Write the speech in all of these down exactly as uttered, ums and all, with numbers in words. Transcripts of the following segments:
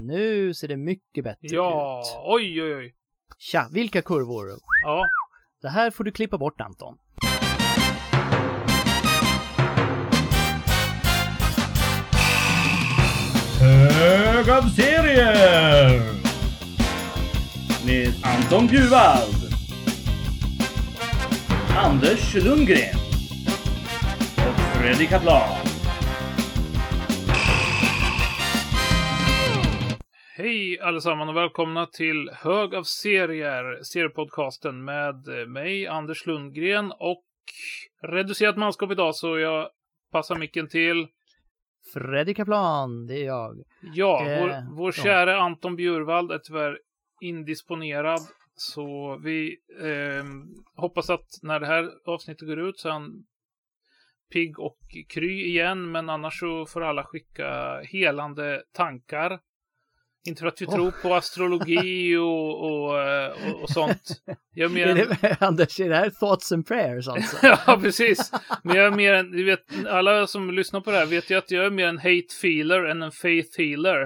Nu ser det mycket bättre ja, ut. Ja, oj oj oj. Tja, vilka kurvor? Ja. Det här får du klippa bort, Anton. Hög av serier! Med Anton Bjurvald, Anders Lundgren och Fredrik Kaplan. Hej allesammans och välkomna till Hög av serier, seriepodcasten med mig, Anders Lundgren, och reducerat manskap idag, så jag passar micken till Fredrik Kaplan, det är jag. Ja, eh, vår, vår ja. kära Anton Bjurvald är tyvärr indisponerad, så vi eh, hoppas att när det här avsnittet går ut så är han pigg och kry igen, men annars så får alla skicka helande tankar. Inte för att vi oh. tror på astrologi och, och, och, och sånt. Jag är mer är det, en... Anders, är det här thoughts and prayers alltså? Ja, precis. Men jag är mer en, du vet, alla som lyssnar på det här vet ju att jag är mer en hate feeler än en faith healer.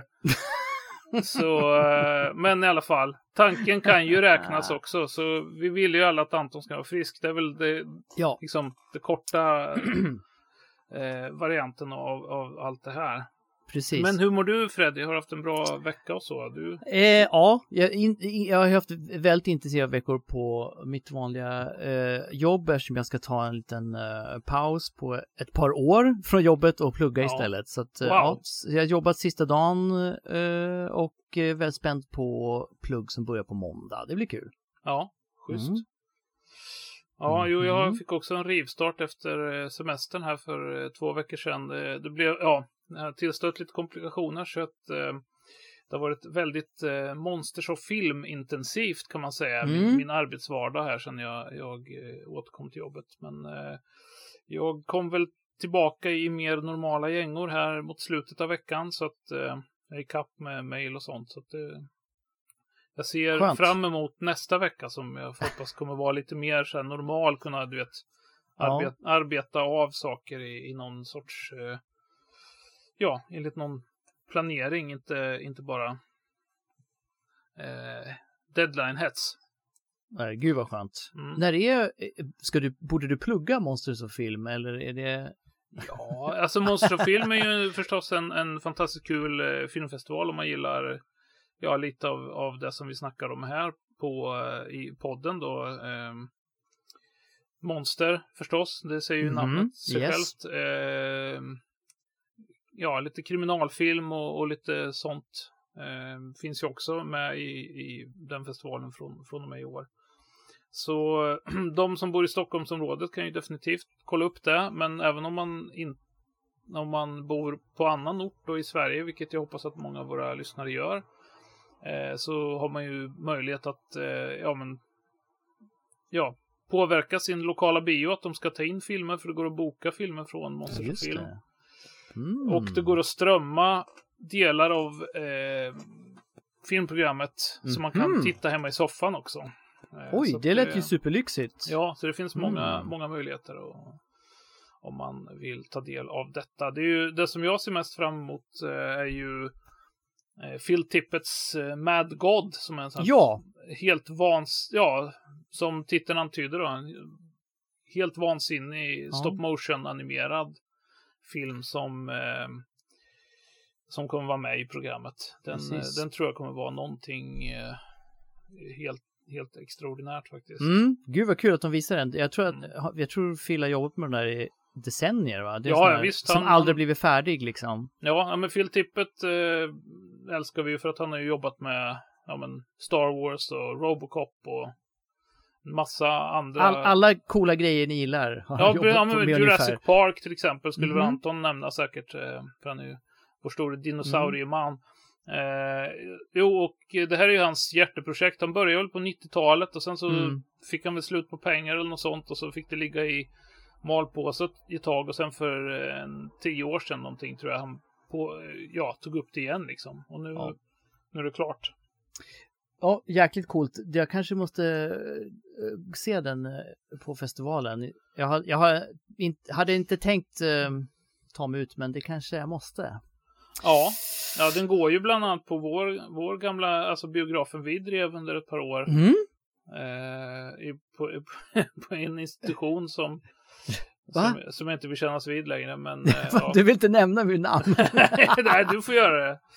Så, men i alla fall, tanken kan ju räknas också. Så vi vill ju alla att Anton ska vara frisk. Det är väl det, ja. liksom, det korta eh, varianten av, av allt det här. Precis. Men hur mår du, Fred? Jag har haft en bra vecka och så. Du... Eh, ja, jag, in, jag har haft väldigt intensiva veckor på mitt vanliga eh, jobb, eftersom jag ska ta en liten eh, paus på ett par år från jobbet och plugga ja. istället. Så att, wow. ja, jag har jobbat sista dagen eh, och är väldigt spänd på plugg som börjar på måndag. Det blir kul. Ja, schysst. Mm. Ja, Mm. jo, jag fick också en rivstart efter semestern här för två veckor sedan. Det, det blev, ja, tillstött lite komplikationer, så att eh, det har varit väldigt eh, monsters och filmintensivt, kan man säga, mm. min, min arbetsvardag här sedan jag, jag eh, återkom till jobbet. Men eh, jag kom väl tillbaka i mer normala gängor här mot slutet av veckan, så att eh, jag är i kapp med mejl och sånt. Så att eh, jag ser Skönt. fram emot nästa vecka, som jag hoppas kommer vara lite mer så här normal, kunna, du vet, arbeta, ja. arbeta av saker i, i någon sorts eh, ja, enligt någon planering, inte, inte bara eh, deadline-hets. Nej, gud vad skönt. Mm. När är, ska du, borde du plugga Monsters of Film, eller är det... Ja, alltså Monsters of Film är ju förstås en, en fantastiskt kul eh, filmfestival om man gillar ja, lite av, av det som vi snackar om här på, eh, i podden då. Eh, Monster förstås, det säger ju mm. namnet sig yes. självt. Eh, Ja, lite kriminalfilm och, och lite sånt eh, finns ju också med i, i den festivalen från, från och med i år. Så de som bor i Stockholmsområdet kan ju definitivt kolla upp det, men även om man, in, om man bor på annan ort då i Sverige, vilket jag hoppas att många av våra lyssnare gör, eh, så har man ju möjlighet att eh, ja, men, ja, påverka sin lokala bio, att de ska ta in filmer, för det går att boka filmer från Monsters of Film. Mm. Och det går att strömma delar av eh, filmprogrammet mm. så man kan mm. titta hemma i soffan också. Eh, Oj, det lät ju superlyxigt. Ja, så det finns många, mm. många möjligheter och, om man vill ta del av detta. Det, är ju, det som jag ser mest fram emot eh, är ju eh, Phil Tippetts eh, Mad God, som är en sån ja. helt vans... Ja, som titeln antyder då, en helt vansinnig ja. stop motion animerad film som eh, som kommer vara med i programmet. Den, eh, den tror jag kommer vara någonting eh, helt, helt extraordinärt faktiskt. Mm. Gud vad kul att de visar den. Jag tror, att, mm. jag tror Phil har jobbat med den där i decennier, va? Det är ja, här, visst, som han, aldrig blivit färdig liksom. Ja, men Phil Tippett eh, älskar vi ju för att han har ju jobbat med ja, men Star Wars och Robocop och massa andra... All, alla coola grejer ni gillar. Ja, ja men Jurassic ungefär. Park till exempel skulle mm. väl Anton nämna säkert, för han är ju vår stora dinosaurieman. Mm. Eh, jo, och det här är ju hans hjärteprojekt. Han började väl på nittiotalet och sen så mm. fick han väl slut på pengar eller något sånt, och så fick det ligga i malpåset i tag, och sen för en tio år sedan någonting tror jag han på, ja, tog upp det igen liksom. Och nu, ja. nu är det klart. Ja, jäkligt coolt. Jag kanske måste uh, se den uh, på festivalen. Jag, har, jag har in, hade inte tänkt uh, ta mig ut, men det kanske jag måste. Ja. Ja, den går ju bland annat på vår, vår gamla, alltså biografen vi drev under ett par år. Mm. Eh, i, på, på en institution som, Va? som, som jag inte vill kännas vid längre. Men, eh, ja. Du vill inte nämna min namn? Nej, du får göra det.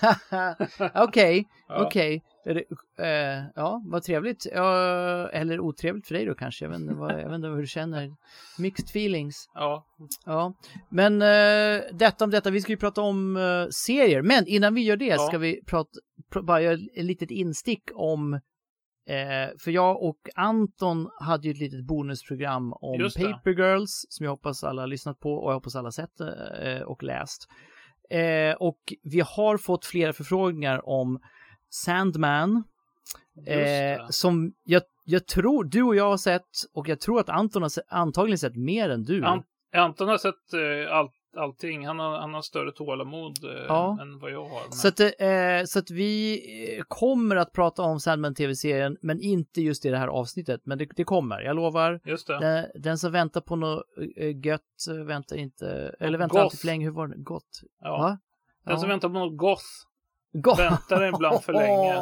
Okej, Ja. okej. Är det, eh, ja, vad trevligt. Ja, eller otrevligt för dig då kanske. Jag vet inte, vad, jag vet inte hur du känner. Mixed feelings. Ja. Ja, men eh, detta om detta. Vi ska ju prata om eh, serier. Men innan vi gör det Ja. ska vi prata, pr- bara göra ett litet instick om eh, för jag och Anton hade ju ett litet bonusprogram om Just det. Paper Girls som jag hoppas alla har lyssnat på och jag hoppas alla sett eh, och läst. Eh, och vi har fått flera förfrågningar om Sandman eh, som jag, jag tror du och jag har sett och jag tror att Anton har se, antagligen sett mer än du. Ant- Anton har sett eh, allt, allting. Han har, han har större tålamod eh, Ja. än vad jag har. Men... Så, att, eh, så att vi kommer att prata om Sandman-tv-serien men inte just i det här avsnittet. Men det, det kommer, jag lovar. Just det. Den, den som väntar på något äh, gött äh, väntar inte, eller väntar Goth. alltid för länge. Hur var det? Gott? Ja. Va? Den som Ja. väntar på något goth Goth. väntar ibland för länge.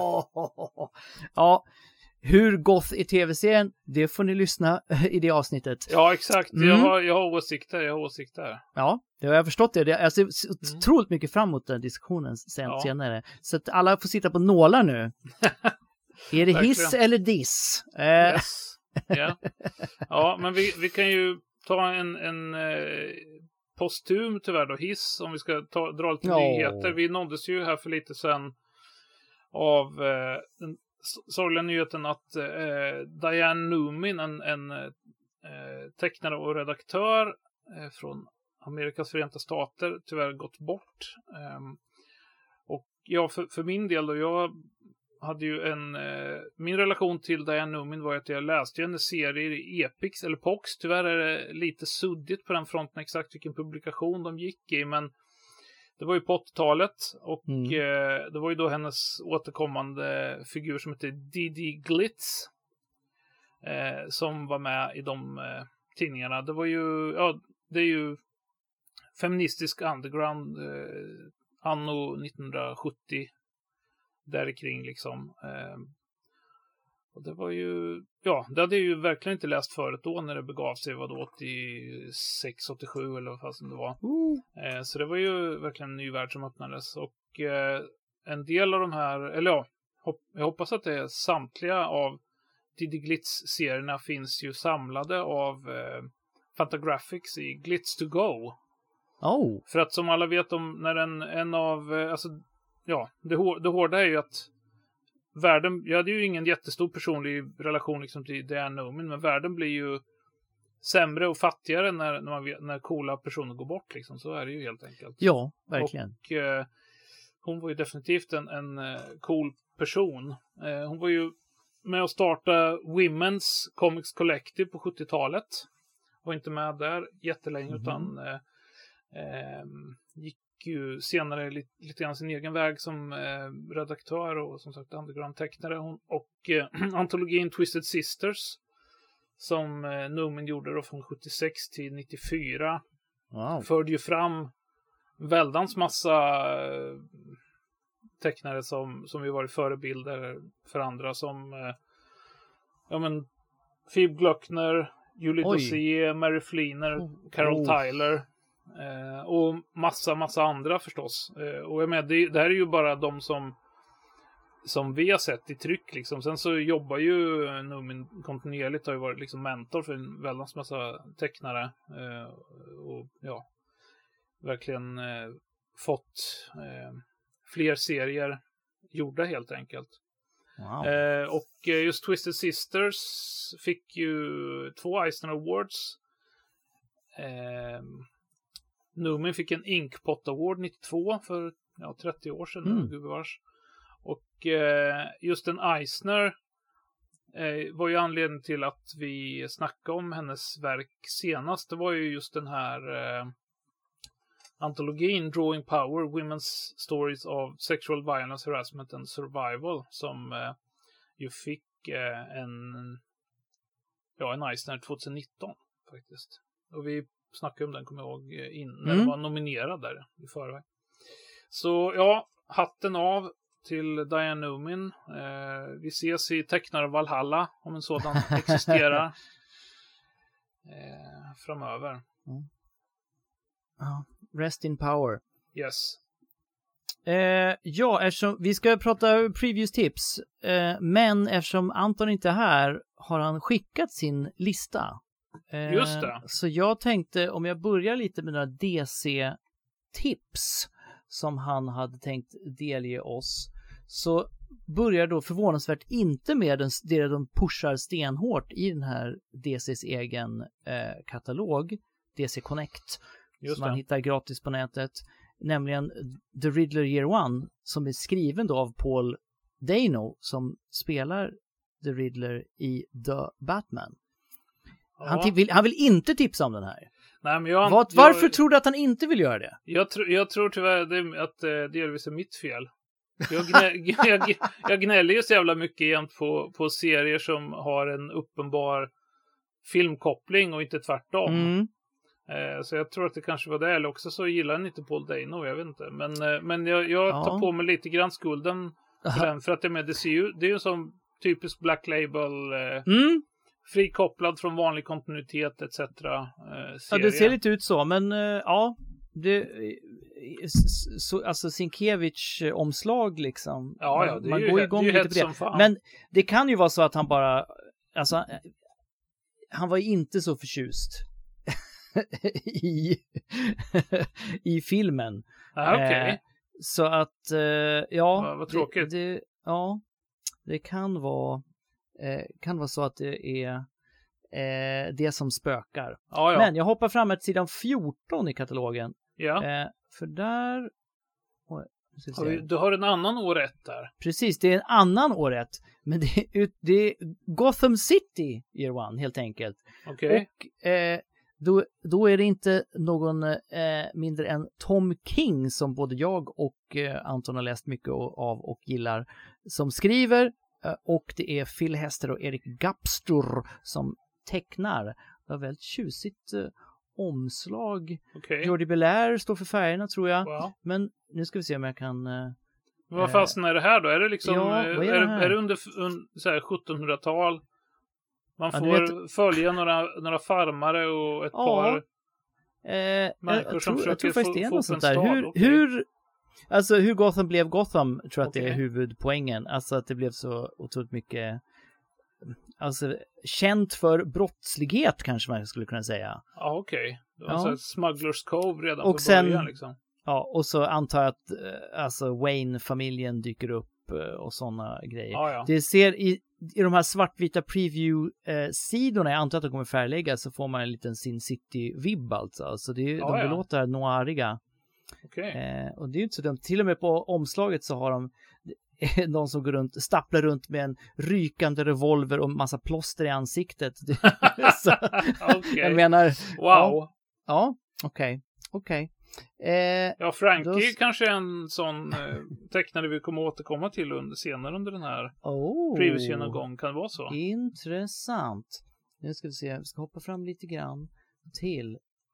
Ja, hur goth i tv-serien, det får ni lyssna i det avsnittet. Ja, exakt. Mm. Jag, har, jag har åsikter. Jag har åsikter. Ja, det har jag förstått det. Jag ser Mm. otroligt mycket fram emot den diskussionen sen, Ja. senare. Så att alla får sitta på nålar nu. Är det hiss Verkligen. eller diss? Eh, Yes. Ja. Ja, men vi, vi kan ju ta en, en eh, postum tyvärr då, hiss, om vi ska ta, dra lite Ja. nyheter. Vi nåddes ju här för lite sen av eh, den s- sorgliga nyheten att eh, Diane Noomin, en, en eh, tecknare och redaktör eh, från Amerikas Förenta Stater, tyvärr gått bort. Ehm, och ja, för, för min del då, jag hade ju en, eh, min relation till Diane Noomin var att jag läste ju hennes serier i Epix eller Pox. Tyvärr är det lite suddigt på den fronten exakt vilken publikation de gick i, men det var ju på åttiotalet och Mm. eh, det var ju då hennes återkommande figur som heter Didi Glitz eh, som var med i de eh, tidningarna. Det var ju, ja, det är ju feministisk underground eh, anno nittonhundrasjuttio där kring liksom. Eh, och det var ju, ja, det hade jag ju verkligen inte läst förut då när det begav sig, vad då, åttiosex åttiosju eller vad fasen det var. Eh, så det var ju verkligen en ny värld som öppnades. Och eh, en del av de här, eller ja, hopp, jag hoppas att det är samtliga av Didi Glitz-serierna finns ju samlade av eh, Fantagraphics i Glitz to Go. Oh. För att som alla vet om när en, en av, eh, alltså, ja, det, hår, det hårda är ju att världen, jag hade ju ingen jättestor personlig relation liksom till Diane Noomin, men världen blir ju sämre och fattigare när, när, man vet, när coola personer går bort liksom. Så är det ju helt enkelt. Ja, verkligen. Och eh, hon var ju definitivt en, en eh, cool person. Eh, hon var ju med att starta Women's Comics Collective på sjuttiotalet. Var inte med där jättelänge Mhm. utan eh, eh, gick ju senare lite, lite grann sin egen väg som eh, redaktör och som sagt underground-tecknare. Hon, och eh, antologin Twisted Sisters som eh, Noomin gjorde då från sjuttiosex till nittiofyra Wow. förde ju fram väldans massa eh, tecknare som, som ju varit förebilder för andra som eh, ja men Phoebe Glockner, Julie Oj. Dossier, Mary Fleener, Oh. Carol Oh. Tyler eh, och massa, massa andra förstås. Eh, och jag menar, det, det här är ju bara de som som vi har sett i tryck liksom. Sen så jobbar ju Noomin kontinuerligt, har ju varit liksom mentor för en väldans massa tecknare eh, och ja, verkligen eh, fått eh, fler serier gjorda helt enkelt. Wow. Eh, och eh, just Twisted Sisters fick ju två Eisner Awards. Eh, Noomin fick en Inkpot Award nittiotvå för ja, trettio år sedan. Mm. Nu, gubevars. Och eh, just en Eisner eh, var ju anledningen till att vi snackade om hennes verk senast. Det var ju just den här eh, antologin Drawing Power, Women's Stories of Sexual Violence, Harassment and Survival som eh, ju fick eh, en ja, en Eisner tjugonitton faktiskt. Och vi snackade om den, kommer jag ihåg, in, när Mm. den var nominerad där i förväg. Så ja, hatten av till Diane Noomin. Eh, vi ses i Tecknare Valhalla om en sådan existerar eh, framöver. Mm. Ja, rest in power. Yes. Eh, ja, eftersom vi ska prata previews-tips, eh, men eftersom Anton inte är här har han skickat sin lista. Eh, Just det. Så jag tänkte om jag börjar lite med några D C-tips som han hade tänkt delge oss, så börjar då förvånansvärt inte med den, det de pushar stenhårt i den här D C:s egen eh, katalog, D C Connect, Just som man det. hittar gratis på nätet, nämligen The Riddler Year One, som är skriven då av Paul Dano som spelar The Riddler i The Batman. Ja. Han, ti- vill, han vill inte tipsa om den här. Nej, men jag, Vad, varför jag, tror du att han inte vill göra det? jag, tr- jag tror tyvärr det, att det delvis är mitt fel. Jag, gnä, jag, jag gnäller ju så jävla mycket jämt på, på serier som har en uppenbar filmkoppling och inte tvärtom. Mm. Eh, så jag tror att det kanske var det. Eller också så gillar han inte Paul Dano, jag vet inte. Men, eh, men jag, jag Ja. tar på mig lite grann skulden för den. För att det, med, det, ser ju, det är ju som typisk Black Label, eh, Mm. frikopplad från vanlig kontinuitet et cetera. Eh, Ja, det ser lite ut så, men uh, ja, det, så, alltså Sienkiewicz-omslag liksom. Ja, ja, det är man ju, går det igång är ju lite hett på det. som fan. Men det kan ju vara så att han bara, alltså, han var inte så förtjust i, i filmen. Ah, okej. Eh, så att, eh, ja. Vad- vad tråkigt. Det, det, ja, det kan vara, eh, kan vara så att det är eh, det som spökar. Ja, ja. Men jag hoppar fram till sidan fjorton i katalogen. ja. Eh, för där... Oj, nu ska vi Har se. vi, du har en annan år ett där. Precis, det är en annan året. Men det är, ut- det är Gotham City Year One, helt enkelt. Okej. Och eh, då, då är det inte någon eh, mindre än Tom King, som både jag och eh, Anton har läst mycket av och gillar, som skriver. Eh, och det är Phil Hester och Eric Gapstor som tecknar. Det var väldigt tjusigt eh, omslag. Okej. Jordi Belair står för färgerna, tror jag. Wow. Men nu ska vi se om jag kan... Eh, Men vad fasen är det här då? Är det liksom, Ja, eh, vad är är, det det här? är det under, un, så här sjuttonhundratal? Man Ja, du får följa några, några farmare och ett Ja. par... eh, jag, Människor jag, som tror, jag försöker tror faktiskt få- det är få något upp sånt en där. stad, Hur, okej. hur, alltså hur Gotham blev Gotham, tror jag att det är Okej. huvudpoängen. Alltså att det blev så otroligt mycket, alltså känt för brottslighet, kanske man skulle kunna säga. Ja, okej. Det var Ja. så här Smugglers Cove redan Och på sen- början liksom. Ja, och så antar jag att eh, alltså Wayne-familjen dyker upp eh, och sådana grejer. Ja, ja. Det ser i, i de här svartvita preview-sidorna, jag antar att de kommer färgläggas, så får man en liten Sin City-vibb alltså. Alltså det är, Ja, de ja. låter noiriga. Okej. Eh, och det är ju inte så dumt. Till och med på omslaget så har de de som går runt, stapplar runt med en rykande revolver och massa plåster i ansiktet. Så, Okej. jag menar, Wow. ja, ja, okej, okej. Eh, Ja, Frankie Då- kanske är en sån eh, tecknare vi kommer återkomma till under, senare under den här oh, previous-genomgång. Kan det vara så? intressant. Nu ska vi se, vi ska hoppa fram lite grann till,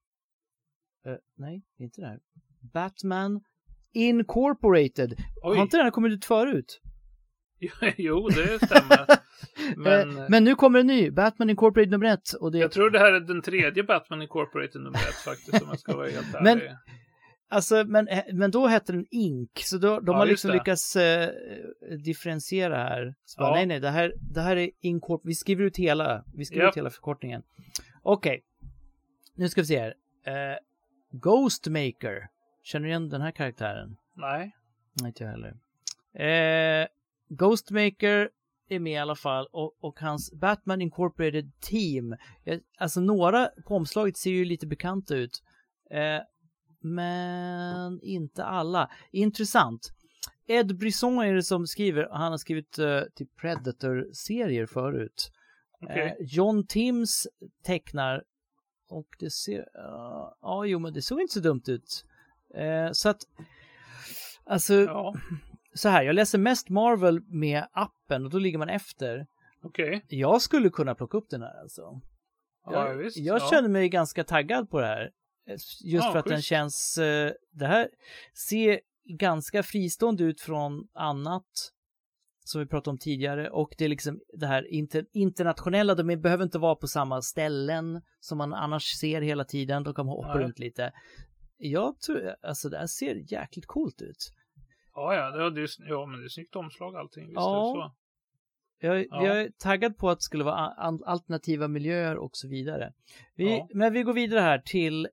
eh, nej, inte det här. Batman Incorporated. Oj. Har inte den här kommit ut förut? Jo, det stämmer. Men, Men, men nu kommer en ny, Batman Incorporated nummer ett. Och det, jag tror det här är den tredje Batman Incorporated nummer ett faktiskt, om jag ska vara helt Men- ärlig. alltså, men, men då hette den Ink, så då, de Ja, har just liksom det. lyckats eh, differentiera här. Så bara, Ja. nej, nej, det här, det här är Incorporated, vi skriver ut hela, vi skriver Japp. ut hela förkortningen. Okej, nu ska vi se här. Eh, Ghostmaker, känner du igen den här karaktären? Nej. Nej, inte jag heller. Eh, Ghostmaker är med i alla fall, och, och hans Batman Incorporated team. Eh, alltså några på omslaget ser ju lite bekanta ut. Eh, men inte alla. Intressant. Ed Brisson är det som skriver. Han har skrivit uh, till Predator-serier förut. Okej. Eh, John Timms tecknar, och det ser, uh, ja, jo, men det såg inte så dumt ut. Eh, så att, alltså, Ja, så här, jag läser mest Marvel med appen och då ligger man efter. okej. Jag skulle kunna plocka upp den här alltså. Ja, Jag, visst. jag ja. känner mig ganska taggad på det här. Just Ja, för att den schysst. känns, eh, det här ser ganska fristående ut från annat som vi pratade om tidigare, och det är liksom det här inter- internationella, de behöver inte vara på samma ställen som man annars ser hela tiden, de kan hoppa Nej. runt lite. Jag tror, alltså det här ser jäkligt coolt ut. Ja, ja, det, det är, ja, men det är snyggt omslag allting. Visst Ja. är det så? Jag, Ja. jag är taggad på att det skulle vara a- alternativa miljöer och så vidare. Vi, Ja. Men vi går vidare här till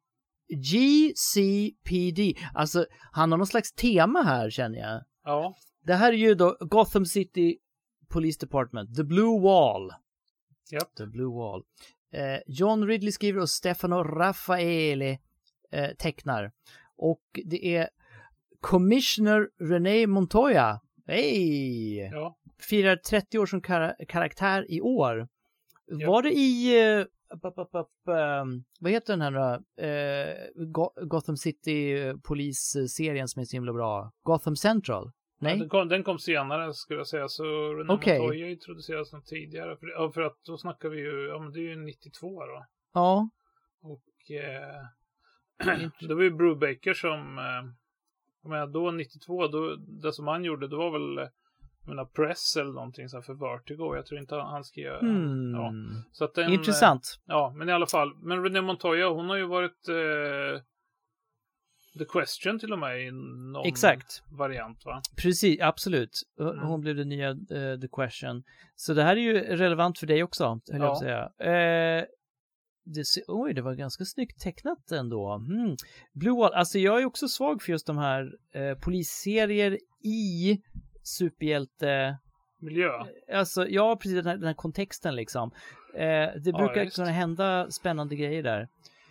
G C P D. Alltså, han har någon slags tema här, känner jag. Ja, Det här är ju då Gotham City Police Department, The Blue Wall. japp. The Blue Wall. Eh, John Ridley skriver och Stefano Raffaele eh, tecknar. Och det är Commissioner René Montoya. Hej! Ja. Firar trettio år som kar- karaktär i år. Ja. Var det i... Uh, upp, upp, upp, upp, um, vad heter den här då? Uh, Go- Gotham City polisserien som är så himla bra? Gotham Central? Nej? Ja, den, kom, den kom senare, skulle jag säga. Så René Okej. Montoya introducerades nog tidigare. För, ja, för att då snackar vi ju, ja men det är ju nittiotvå då. Ja. Och eh, det var ju Brubaker som, eh, jag menar, då nittiotvå, då, det som han gjorde, det var väl, jag menar, Press eller någonting så här för Vertigo. Jag tror inte han, han skrev, Hmm. ja. Så att den, Intressant. Eh, ja, men i alla fall. Men René Montoya, hon har ju varit eh, The Question till och med i någon Exakt. variant, va? Precis, absolut. Hon Mm. blev det nya uh, The Question. Så det här är ju relevant för dig också, höll jag Ja. på att säga. Eh, det, se- oj, det var ganska snyggt tecknat ändå. Hmm. Blue Wall, alltså jag är också svag för just de här eh, polisserier i superhjälte... Miljö. Alltså, ja, precis den här, den här kontexten liksom. Eh, det Ja, brukar visst. kunna hända spännande grejer där.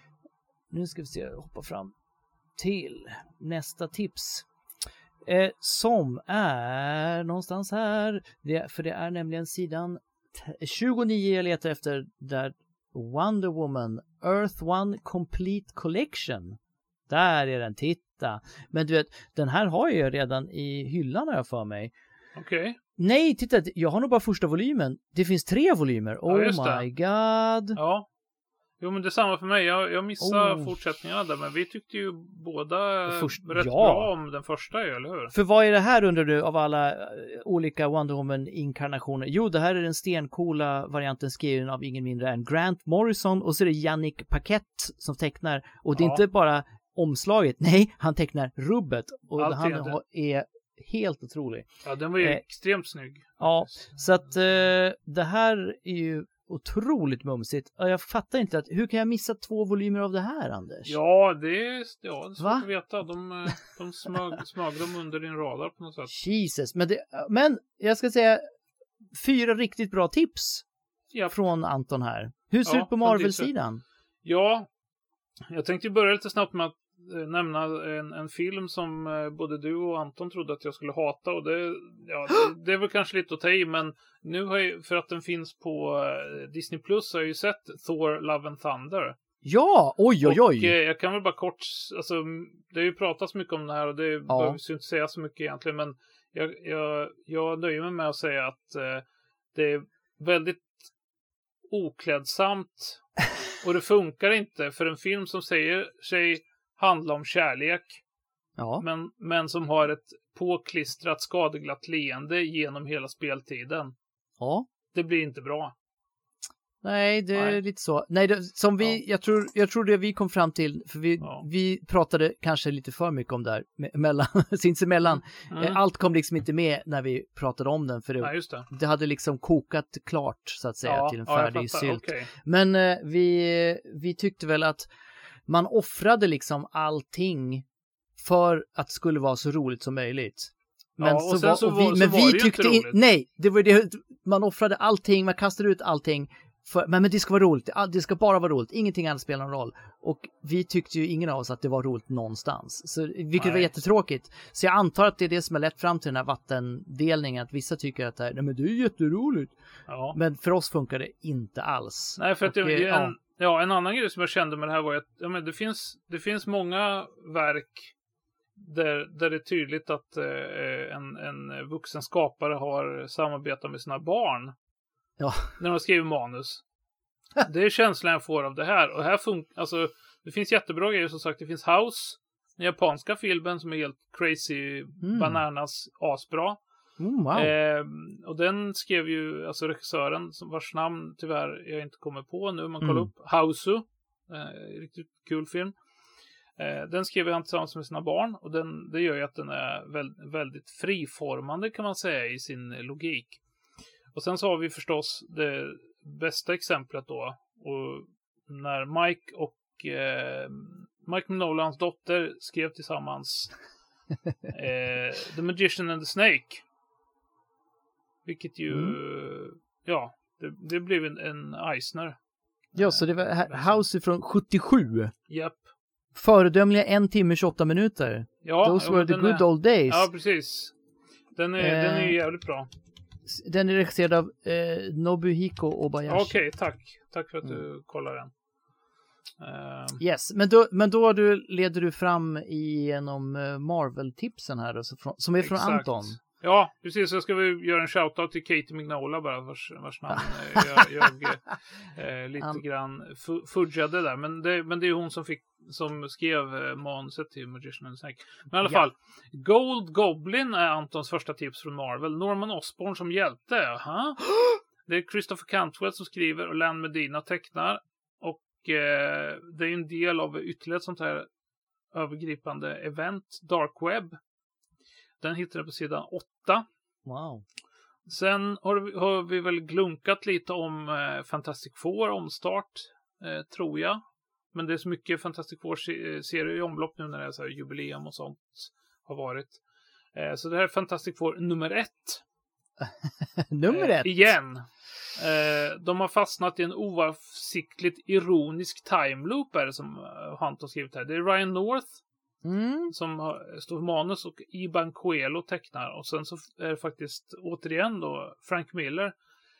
Nu ska vi se, hoppa fram till nästa tips. Eh, som är någonstans här. Det, för det är nämligen sidan t- tjugonio jag letar efter, där Wonder Woman Earth One Complete Collection. Där är den, titta. Men du vet, den här har jag ju redan i hyllan, har jag för mig. Okej. Nej, titta, jag har nog bara första volymen. Det finns tre volymer. Oh just det. my god. Ja. Jo, men det är samma för mig. Jag, jag missade Oh. fortsättningarna där, men vi tyckte ju båda Först- rätt ja. bra om den första, ju, eller hur? För vad är det här, undrar du, av alla eh, olika Wonder Woman-inkarnationer? Jo, det här är den stencoola varianten skriven av ingen mindre än Grant Morrison, och så är det Yannick Paquette som tecknar. Och det är Ja. inte bara omslaget, nej, han tecknar rubbet. Och Allt han egentligen. har- är helt otrolig. Ja, den var ju Eh, extremt snygg. Ja, så att eh, det här är ju otroligt mumsigt. Och jag fattar inte, att hur kan jag missa två volymer av det här, Anders? Ja, det är, ja, det är svårt Va? att veta. De, eh, de smög, smög dem under din radar på något sätt. Jesus, men, det, men jag ska säga fyra riktigt bra tips Ja, från Anton här. Hur ser det Ja, ut på från Marvel-sidan? ja, jag tänkte ju börja lite snabbt med att eh, nämna en, en film som eh, både du och Anton trodde att jag skulle hata. Och det, ja, det, det är väl kanske lite att ta i, men nu har jag, för att den finns på eh, Disney Plus, har jag ju sett Thor Love and Thunder. Ja, oj oj oj. Och eh, jag kan väl bara kort, alltså det har ju pratats mycket om det här och det Ja. behövs ju inte säga så mycket egentligen, men jag, jag, jag nöjer mig med att säga att eh, det är väldigt oklädsamt och det funkar inte för en film som säger sig handla om kärlek, Ja, men, men som har ett påklistrat skadeglatt leende genom hela speltiden. ja. Det blir inte bra. Nej, det är Nej. lite så. Nej, det, som vi, Ja. jag, tror, jag tror det vi kom fram till, för vi, Ja. vi pratade kanske lite för mycket om det här, me- mellan, sinsemellan. Mm. Eh, Allt kom liksom inte med när vi pratade om den, för det, Nej, just det. det hade liksom kokat klart, så att säga, Ja, till en ja, jag färdig fattar. sylt. Okej. Men eh, vi, vi tyckte väl att man offrade liksom allting för att det skulle vara så roligt som möjligt. Men Ja, och så sen var, så och vi, var- så men var vi det ju tyckte inte in, roligt. nej, det var det, man offrade allting, man kastade ut allting. För, men, men det ska vara roligt, det, det ska bara vara roligt, ingenting annat spelar någon roll. Och vi tyckte ju ingen av oss att det var roligt någonstans. Så, vilket Nej. var jättetråkigt. Så jag antar att det är det som har lett fram till den här vattendelningen, att vissa tycker att det är, nej men det är jätteroligt. Ja. Men för oss funkar det inte alls. Nej, för att Och, det, eh, det är ja. en, ja, en annan grej som jag kände med det här var att ja, men det, finns, det finns många verk där, där det är tydligt att eh, en, en vuxen skapare har samarbetat med sina barn Ja. när de skriver manus. Det är känslan jag får av det här. Och här funkar, alltså, det finns jättebra grejer, som sagt. Det finns House, Den japanska filmen som är helt crazy, Mm. bananas, asbra. Mm, wow. Eh, och den skrev ju, alltså regissören, som vars namn tyvärr jag inte kommer på nu, man kollar Mm. upp, Hausu. Eh, riktigt kul film. Eh, den skrev han tillsammans med sina barn, och den, det gör ju att den är väl, väldigt friformande kan man säga i sin logik. Och sen så har vi förstås det bästa exemplet då, och när Mike och eh, Mike Minolans dotter skrev tillsammans eh, The Magician and the Snake. Vilket ju, Mm. ja, det, det blev en, en Eisner. Ja, så det var Ha- House från sjuttiosju. Japp. Föredömliga en timme tjugoåtta minuter. Ja, Those ja, were the den good är, old days. Ja, precis. Den är, Eh, den är ju jävligt bra. Den är regisserad av eh, Nobuhiko Obayashi. Okej, tack. Tack för att du kollar den. Uh, Yes, men då, men då du, leder du fram genom uh, Marvel-tipsen här, då, så från, som är från exakt. Anton. Ja, precis. Så ska vi göra en shoutout till Katie Mignola bara, vars, vars namn eh, jag, jag eh, lite Han- grann fu- fudgade där. Men det, men det är hon som fick som skrev eh, manuset till Magician and the Snake. Men i alla Ja. fall, Gold Goblin är Antons första tips från Marvel. Norman Osborn som hjälte. Aha. Det är Christopher Cantwell som skriver och Len Medina tecknar. Och eh, det är en del av ytterligare ett sånt här övergripande event, Dark Web. Den hittar du på sidan åtta. Wow. Sen har vi, har vi väl glunkat lite om eh, Fantastic Four omstart, eh, tror jag. Men det är så mycket Fantastic Four-serier i omlopp nu när det är så här jubileum och sånt har varit. Eh, så det här är Fantastic Four nummer ett. Nummer ett. Eh, igen. Eh, de har fastnat i en oavsiktligt ironisk timeloop är det som uh, Hunt har skrivit här. Det är Ryan North Mm. som har, står för manus och Iban Coelho tecknar. Och sen så är det faktiskt återigen då Frank Miller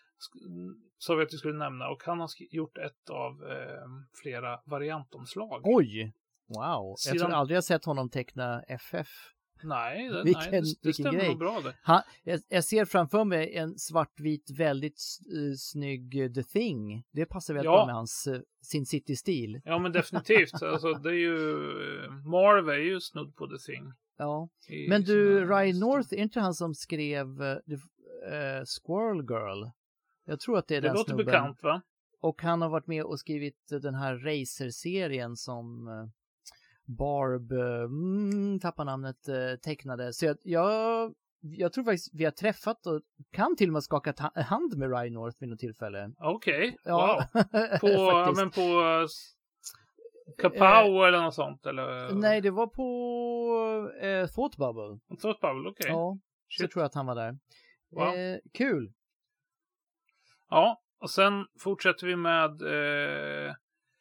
sa vi att vi skulle nämna, och han har sk- gjort ett av eh, flera variantomslag. Oj. Wow. Jag Sedan- tror aldrig jag sett honom teckna F F. Nej, det, Vilken- nej, det, det vilken stämmer grej. nog bra det. Han, jag, jag ser framför mig en svartvit, väldigt uh, snygg uh, The Thing. Det passar väldigt Ja. bra med hans uh, Sin City-stil. Ja, men definitivt. Alltså, det är ju Marv är ju snudd på The Thing. Ja. i Men du, sina- Ryan North, är inte han som skrev uh, the, uh, Squirrel Girl? Jag tror att det är Det den låter snubben. bekant, va? Och han har varit med och skrivit uh, den här Racer-serien som uh, Barb, uh, mm, tappar namnet, uh, tecknade. Så jag, jag, jag tror faktiskt vi har träffat och kan till och med skaka ta- hand med Ryan North vid något tillfälle. Okej, Ja, wow. På, ja, faktiskt. men på uh, Kapow eller något sånt? Eller? Nej, det var på eh, Thought Bubble. Thought Bubble, okej. Ja, så Shit. tror jag att han var där. Wow. Eh, kul. Ja, och sen fortsätter vi med eh,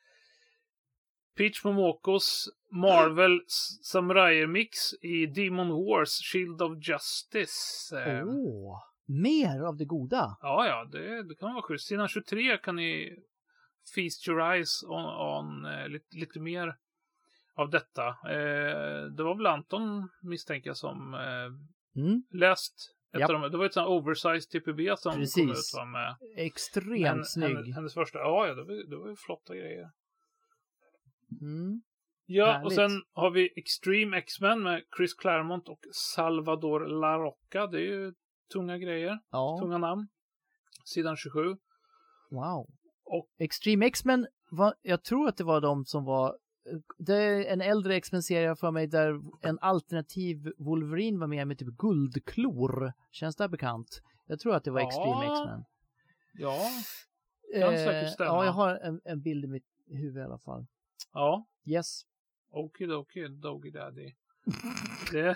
Peach Momokos Marvel Samurai-mix i Demon Wars Shield of Justice. Eh, Åh, mer av det goda. Ja, ja, det, det kan vara schysst. Sidan tjugotre kan ni feast your eyes on, on eh, lite, lite mer av detta. Eh, det var väl Anton, misstänker jag, som eh, Mm, läst ett Japp. av dem. Det var ett sånt här oversized T P B som Precis. kom ut, va, med extremt hen- snygg. Hennes, hennes första. Ja, ja, det var, det var ju flotta grejer. Mm. Ja, Härligt. och sen har vi Extreme X-Men med Chris Claremont och Salvador Larocca. Det är ju tunga grejer. Ja, Tunga namn. Sidan tjugosju. wow. Och- Extreme X-Men, var, jag tror att det var de som var, det är en äldre X-Men-serie för mig där en alternativ Wolverine var med med typ guldklor. Känns det bekant? Jag tror att det var Ja. Extreme X-Men. Ja, kan säkert stämma. Ja, jag har en, en bild i mitt huvud i alla fall. ja. Yes. Okidoki, Doggy Daddy. Det...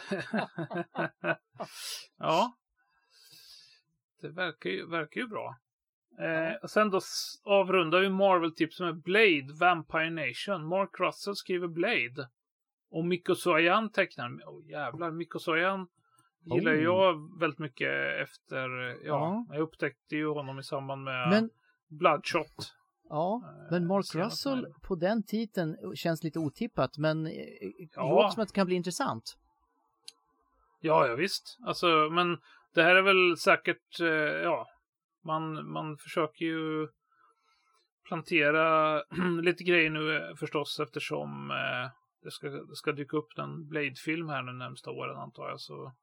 ja. Det verkar ju, verkar ju bra. Eh, och sen då s- avrundar vi Marvel-tipsen med Blade, Vampire Nation. Mark Russell skriver Blade. Och Mikko Soyan tecknar. Åh oh, jävlar, Mikko Soyan gillar Oh. jag väldigt mycket efter... Ja, Ja. jag upptäckte ju honom i samband med Men, Bloodshot. ja, Eh, men Mark senast Russell möjligt. på den titeln känns lite otippat, men eh, Ja. låter som att det kan bli intressant. Ja, ja visst. Alltså, men det här är väl säkert, eh, ja, man, man försöker ju plantera lite grejer nu eh, förstås eftersom, eh, det ska, det ska dyka upp en Blade-film här nu närmsta åren antar jag. Så...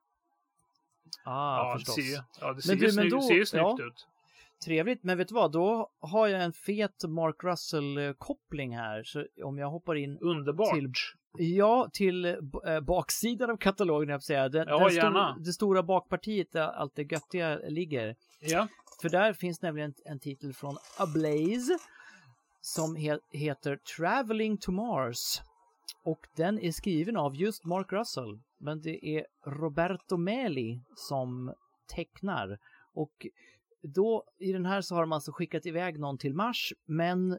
Ah, ja, förstås. Det ser, ja, det ser, Men ju, du, snygg, men då- ser ju snyggt ja. ut. Trevligt, men vet du vad? Då har jag en fet Mark Russell-koppling här. Så om jag hoppar in Underbart. till, ja, till äh, baksidan av katalogen, jag säga. Den, Ja, den gärna. det stora bakpartiet där allt det göttiga ligger. Ja. För där finns nämligen en, en titel från Ablaze som he, heter Traveling to Mars. Och den är skriven av just Mark Russell. Men det är Roberto Meli som tecknar. Och då i den här så har de alltså skickat iväg någon till Mars. Men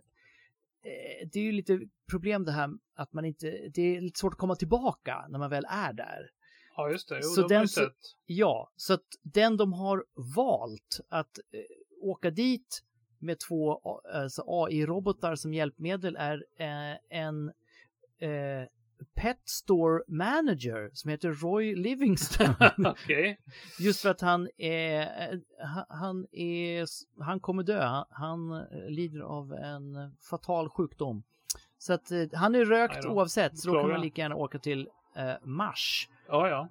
eh, det är ju lite problem det här att man inte, det är lite svårt att komma tillbaka när man väl är där. Ja, just det. Jo, Så de har den, sett. ja, så att den de har valt att eh, åka dit med två alltså A I-robotar som hjälpmedel är eh, en eh, pet store manager som heter Roy Livingston. Okej. Just för att han är, han är, han kommer dö. Han, han lider av en fatal sjukdom. Så att eh, han är rökt oavsett, så då kan man lika gärna åka till eh, Mars. Ja, ja.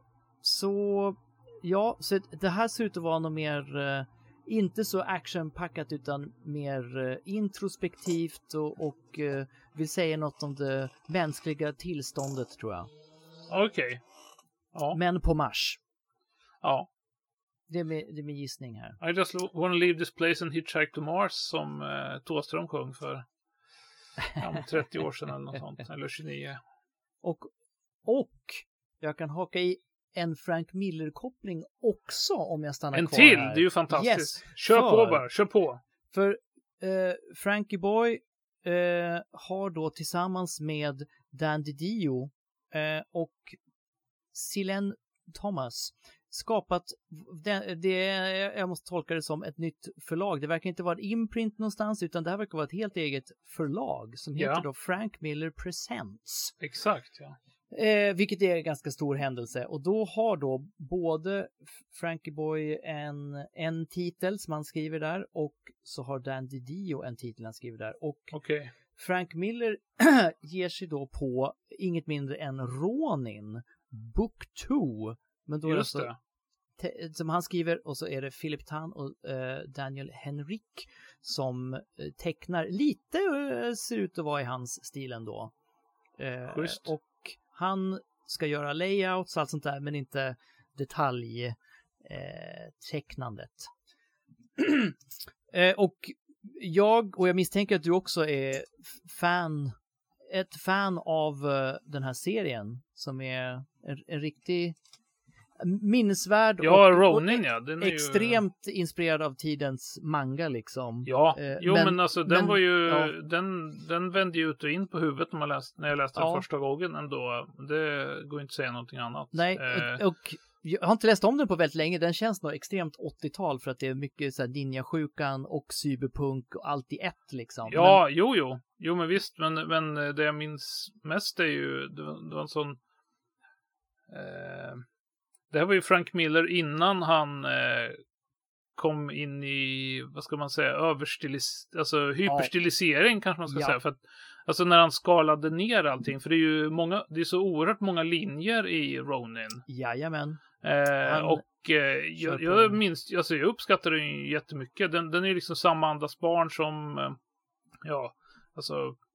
Så ja, så det här ser ut att vara något mer, eh, inte så actionpackat utan mer eh, introspektivt och, och eh, vill säga något om det mänskliga tillståndet tror jag. Okej. Okay. Ja. Men på Mars. Ja. Det är, min, det är min gissning här. I just wanna leave this place and hitchhike to Mars som eh, Thåström sjöng för ja, trettio år sedan eller något sånt. Eller tjugonio. Och, och jag kan haka i en Frank Miller-koppling också om jag stannar en kvar till, här. Det är ju fantastiskt. Yes, kör för, på bara, kör på. För eh, Frankie Boy eh, har då tillsammans med Dan DiDio eh, och Silen Thomas skapat det, det, jag måste tolka det som ett nytt förlag. Det verkar inte vara en imprint någonstans utan det här verkar vara ett helt eget förlag som heter ja. då Frank Miller Presents. Exakt, ja. Eh, vilket är en ganska stor händelse. Och då har då både Frankie Boy en, en titel som han skriver där och så har Dan DiDio en titel han skriver där. Och okay. Frank Miller ger sig då på inget mindre än Ronin Book två. Men då Just är det alltså, te- som han skriver och så är det Philip Tan och eh, Daniel Henrik som eh, tecknar lite eh, ser ut att vara i hans stil ändå. Eh, Just. Och han ska göra layouts och allt sånt där men inte detaljtecknandet. Eh, eh, och jag, och jag misstänker att du också är fan, ett fan av uh, den här serien som är en, en riktig minnesvärd ja, och, Ronin, och ja. Den är extremt ju... inspirerad av tidens manga liksom. Ja, eh, jo men, men alltså den men, var ju, ja. den, den vände ju ut och in på huvudet när, man läste, när jag läste ja. den första gången ändå. Det går inte att säga någonting annat. Nej, eh. och, och jag har inte läst om den på väldigt länge. Den känns nog extremt åttiotal för att det är mycket så här ninjasjukan och cyberpunk och allt i ett liksom. Ja, men... jo, jo. Jo, men visst. Men, men det jag minns mest är ju, det var, det var en sån... Eh, det här var ju Frank Miller innan han eh, kom in i, vad ska man säga, överstilis... Alltså hyperstilisering ja. kanske man ska ja. säga. För att, alltså när han skalade ner allting. För det är ju många, det är så oerhört många linjer i Ronin. Jajamän. Eh, och eh, jag, jag minns, alltså jag uppskattar den ju jättemycket. Den, den är ju liksom samma andas barn som eh, ja, alltså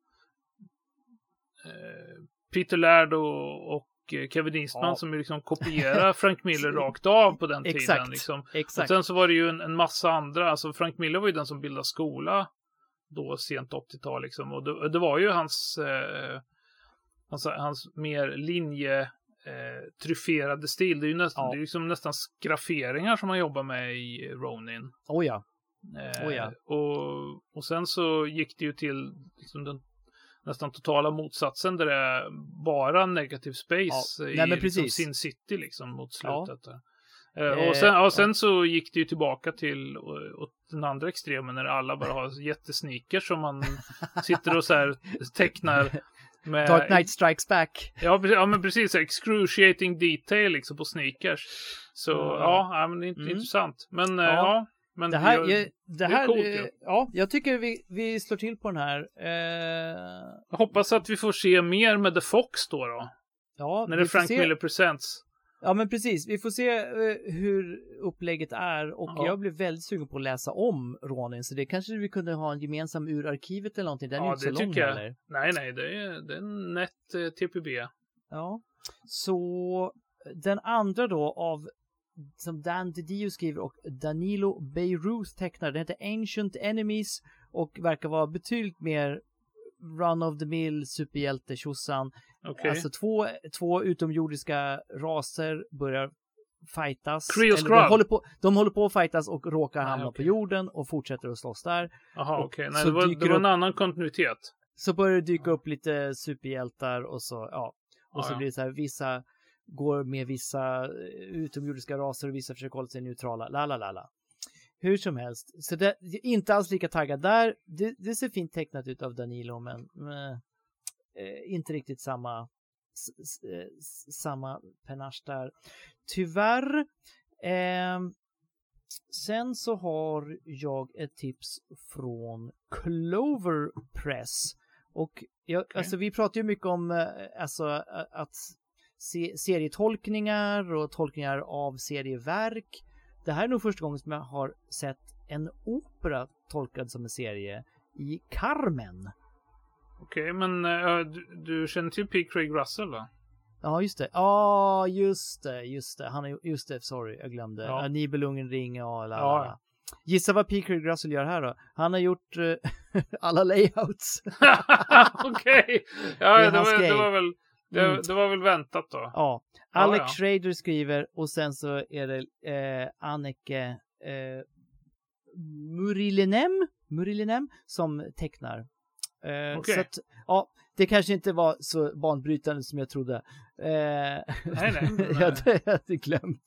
eh, Peter Laird och, och Kevin Eastman ja. som ju liksom kopierar Frank Miller rakt av på den tiden. Exakt. Liksom. Exakt. Och sen så var det ju en, en massa andra, alltså Frank Miller var ju den som bildade skola då sent åttiotal liksom. Och det, det var ju hans eh, hans, hans mer linje Eh, tryfferade stil. Det är ju nästan, ja. det är liksom nästan skrafferingar som man jobbar med i Ronin. Oh ja. Eh, oh ja. Och, och sen så gick det ju till liksom den nästan totala motsatsen där det är bara negativ space ja. i Nej, men liksom Sin City liksom mot slutet. Ja. Eh, och sen, och sen ja. så gick det ju tillbaka till åt den andra extremen när alla bara har jättesneakers som man sitter och så här tecknar med, Dark Knight Strikes Back. Ja, ja men precis. Excruciating detail liksom på sneakers. Så mm. ja, ja, men det är inte mm. intressant. Men ja. ja. Men det här, jag, jag, det här, är coolt, eh, ja. ja, jag tycker vi, vi slår till på den här. Eh, Jag hoppas att vi får se mer med The Fox då. då ja, när det är vi får Frank se- Miller Presents. Ja, men precis. Vi får se eh, hur upplägget är och Ja. jag blir väldigt sugen på att läsa om Ronin, så det kanske vi kunde ha en gemensam ur arkivet eller någonting. Den är ju Ja, inte det så lång tycker jag. heller. Nej, nej, det är, det är en nätt eh, T P B. Ja, så den andra då av som Dan DiDio skriver och Danilo Beirut tecknar, den heter Ancient Enemies och verkar vara betydligt mer run of the mill superhjälte tjosan. Okej. Alltså två, två utomjordiska raser börjar fightas. Kree och Eller Skrull. de, håller på, de håller på att fightas och råkar Nej, hamna okej. på jorden och fortsätter att slåss där. Jaha, och okej. Nej, så det var, dyker det var en upp- annan kontinuitet. Så börjar det dyka upp lite superhjältar och så, ja. Och Ja, så ja. blir det så här, vissa går med vissa eh, utomjordiska raser och vissa försöker hålla sig neutrala. La, la, la, la. Hur som helst. Så det är inte alls lika taggad där. Det, det ser fint tecknat ut av Danilo, men men eh, inte riktigt samma s, s, eh, s, samma panache där. Tyvärr. Eh, sen så har jag ett tips från Clover Press. Och jag, Okej. alltså vi pratar ju mycket om eh, alltså, a- att se, serietolkningar och tolkningar av serieverk. Det här är nog första gången som jag har sett en opera tolkad som en serie i Carmen. Okej, men eh, du, du känner till P. Craig Russell va? Ja, just det. Ja, just det. Just det. Han är, just det, sorry, jag glömde. Ja. Ja. Nibelungen ring, ja, la, Ja, la, ja. la. Gissa vad P. Craig Russell gör här då? Han har gjort eh, alla layouts. Okej, Det är ja, det hans var, grej. det var väl det, Mm. det var väl väntat då. Ja, Alex ja. Schrader skriver och sen så är det eh, Anneke eh, Murilinem, Murilinem som tecknar. Eh, Okej. Så att, ja, det kanske inte var så banbrytande som jag trodde. Eh, Nej, nej, men, jag, hade, jag hade glömt.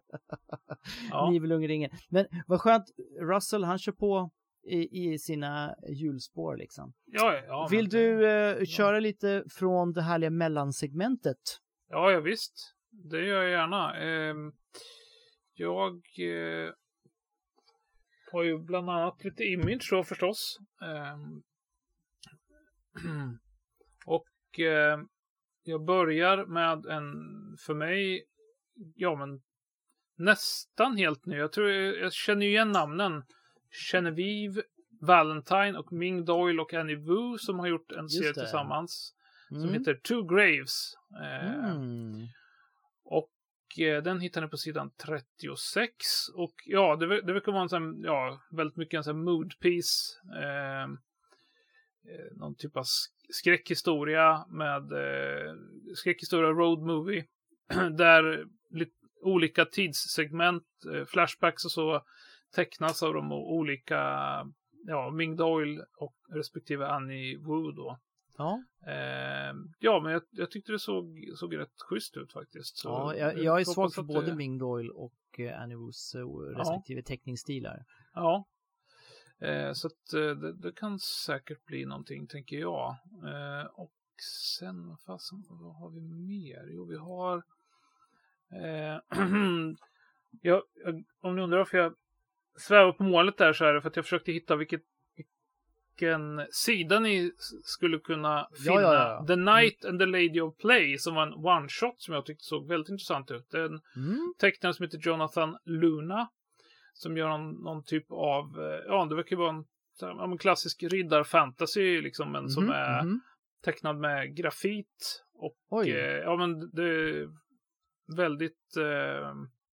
Ja. Nibelungringen. Men vad skönt, Russell han kör på i, i sina hjulspår liksom. Ja, ja, Vill men- du eh, köra lite från det härliga mellansegmentet? Ja, ja visst. Det gör jag gärna. Ehm, jag eh, har ju bland annat lite image då förstås. Ehm, och eh, jag börjar med en, för mig, ja men nästan helt ny. Jag tror jag, jag känner ju igen namnen. Genevieve, Valentine och Ming Doyle och Annie Wu som har gjort en Just serie det. tillsammans. Som Mm. heter Two Graves. Eh, Mm. Och eh, den hittar ni på sidan trettiosex. Och ja, det, ver- det verkar vara en sån, ja, väldigt mycket en sån här mood piece. Eh, eh, någon typ av sk- skräckhistoria med eh, skräckhistoria road movie. Där lite olika tidssegment, eh, flashbacks och så tecknas av de olika, ja, Ming Doyle och respektive Annie Wu då. Ja, Eh, ja, men jag, jag tyckte det såg, såg rätt schysst ut faktiskt. Så ja jag, jag är hoppas svag för att både det- Ming Doyle och eh, Annie Wus eh, respektive teckningsstilar. Ja, eh, så att eh, det, det kan säkert bli någonting, tänker jag. Eh, och sen, vad fasen, vad har vi mer? Jo, vi har... Eh, jag, jag, om ni undrar varför jag svävar på målet där så är det för att jag försökte hitta vilket vilken sida ni s- skulle kunna finna. Ja, ja, ja. The Knight and the Lady of Play som var en one-shot som jag tyckte såg väldigt intressant ut. Det är en Mm. tecknare som heter Jonathan Luna som gör någon, någon typ av, eh, ja det verkar vara en, så här, ja, en klassisk riddarfantasy liksom, men som Mhm, är mhm. tecknad med grafit och Oj. eh, ja men det är väldigt eh,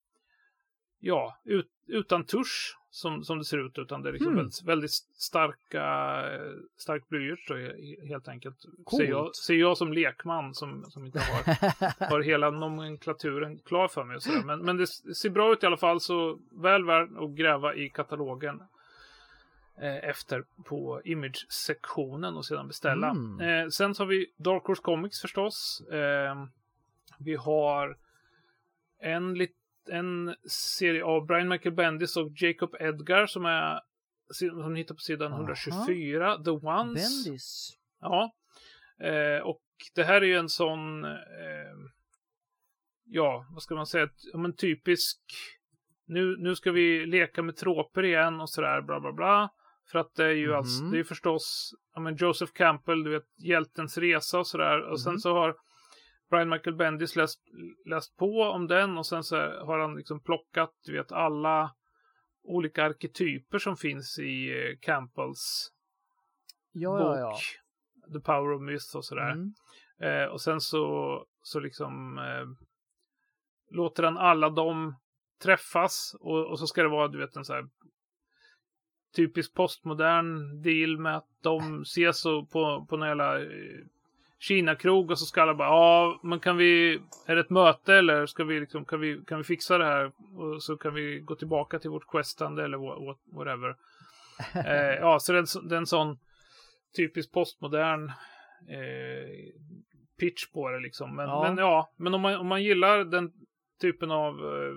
ja, ut, utan tusch som, som det ser ut, utan det är liksom Hmm. väldigt, väldigt starka eh, stark blyerts då, he- helt enkelt. Coolt. Ser jag, ser jag som lekman som, som inte har har hela nomenklaturen klar för mig och sådär. Men, men det ser bra ut i alla fall, så väl värd att gräva i katalogen eh, efter på image-sektionen och sedan beställa. Mm. Eh, sen så har vi Dark Horse Comics förstås. Eh, vi har en, lit, en serie av Brian Michael Bendis och Jacob Edgar som är som ni hittar på sidan Aha. etthundratjugofyra, The Ones. Bendis. Ja, eh, och det här är ju en sån, eh, ja, vad ska man säga, ett, ja, men typisk nu, nu ska vi leka med troper igen och sådär, bla bla bla. För att det är ju mm. alltså, det är förstås, ja men Joseph Campbell, du vet, hjältens resa och sådär. Och mm. sen så har Brian Michael Bendis läst, läst på om den och sen så har han liksom plockat, du vet, alla olika arketyper som finns i eh, Campbells ja, bok ja, ja. The Power of Myth och sådär. Mm. Eh, och sen så, så liksom eh, låter han alla dem träffas och, och så ska det vara, du vet, en så här typisk postmodern deal med att de ses på, på någon jävla eh, Kina-krog och så ska alla bara, ja, men kan vi, är det ett möte eller ska vi liksom, kan vi, kan vi fixa det här och så kan vi gå tillbaka till vårt questande eller what, whatever. eh, ja, så det är, det är en sån typisk postmodern eh, pitch på det liksom. Men ja, men, ja, men om, man, om man gillar den typen av eh,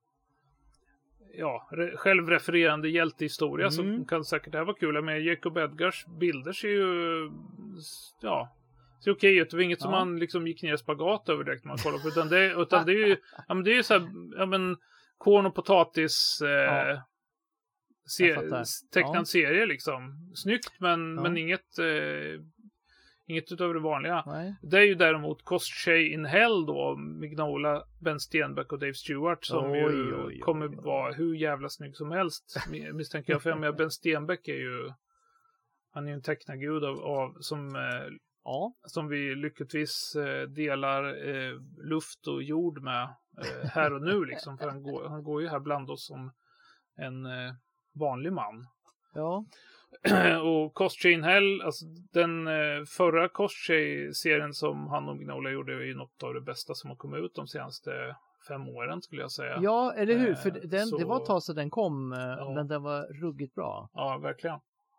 ja, re, självrefererande hjältehistoria mm. så kan säkert det här vara kul. Men Jacob Edgars bilder ser ju ja, ser okej ut. Det var inget ja. som man liksom gick ner i spagat över direkt när man kollar på. Utan det, utan det är ju ja, men det är ju så här, ja men korn och potatis eh, ja. se, tecknad ja. serie liksom. Snyggt men, ja. men inget eh, inget utöver det vanliga. Nej. Det är ju däremot Koschei in Hell då, Mignola, Ben Stenbeck och Dave Stewart som oj, ju oj, oj, kommer oj, oj. vara hur jävla snygg som helst misstänker jag. För jag Ben Stenbeck är ju han är ju en tecknargud av, av som eh, ja. som vi lyckligtvis eh, delar eh, luft och jord med eh, här och nu liksom. För han går, han går ju här bland oss som en eh, vanlig man. Ja. Och Koschei in Hell, alltså den eh, förra Koschei-serien som han och Mignola gjorde är ju något av det bästa som har kommit ut de senaste fem åren skulle jag säga. Ja, eller hur? För den, så... det var ett tag sedan den kom, ja. men den var ruggigt bra. Ja, verkligen.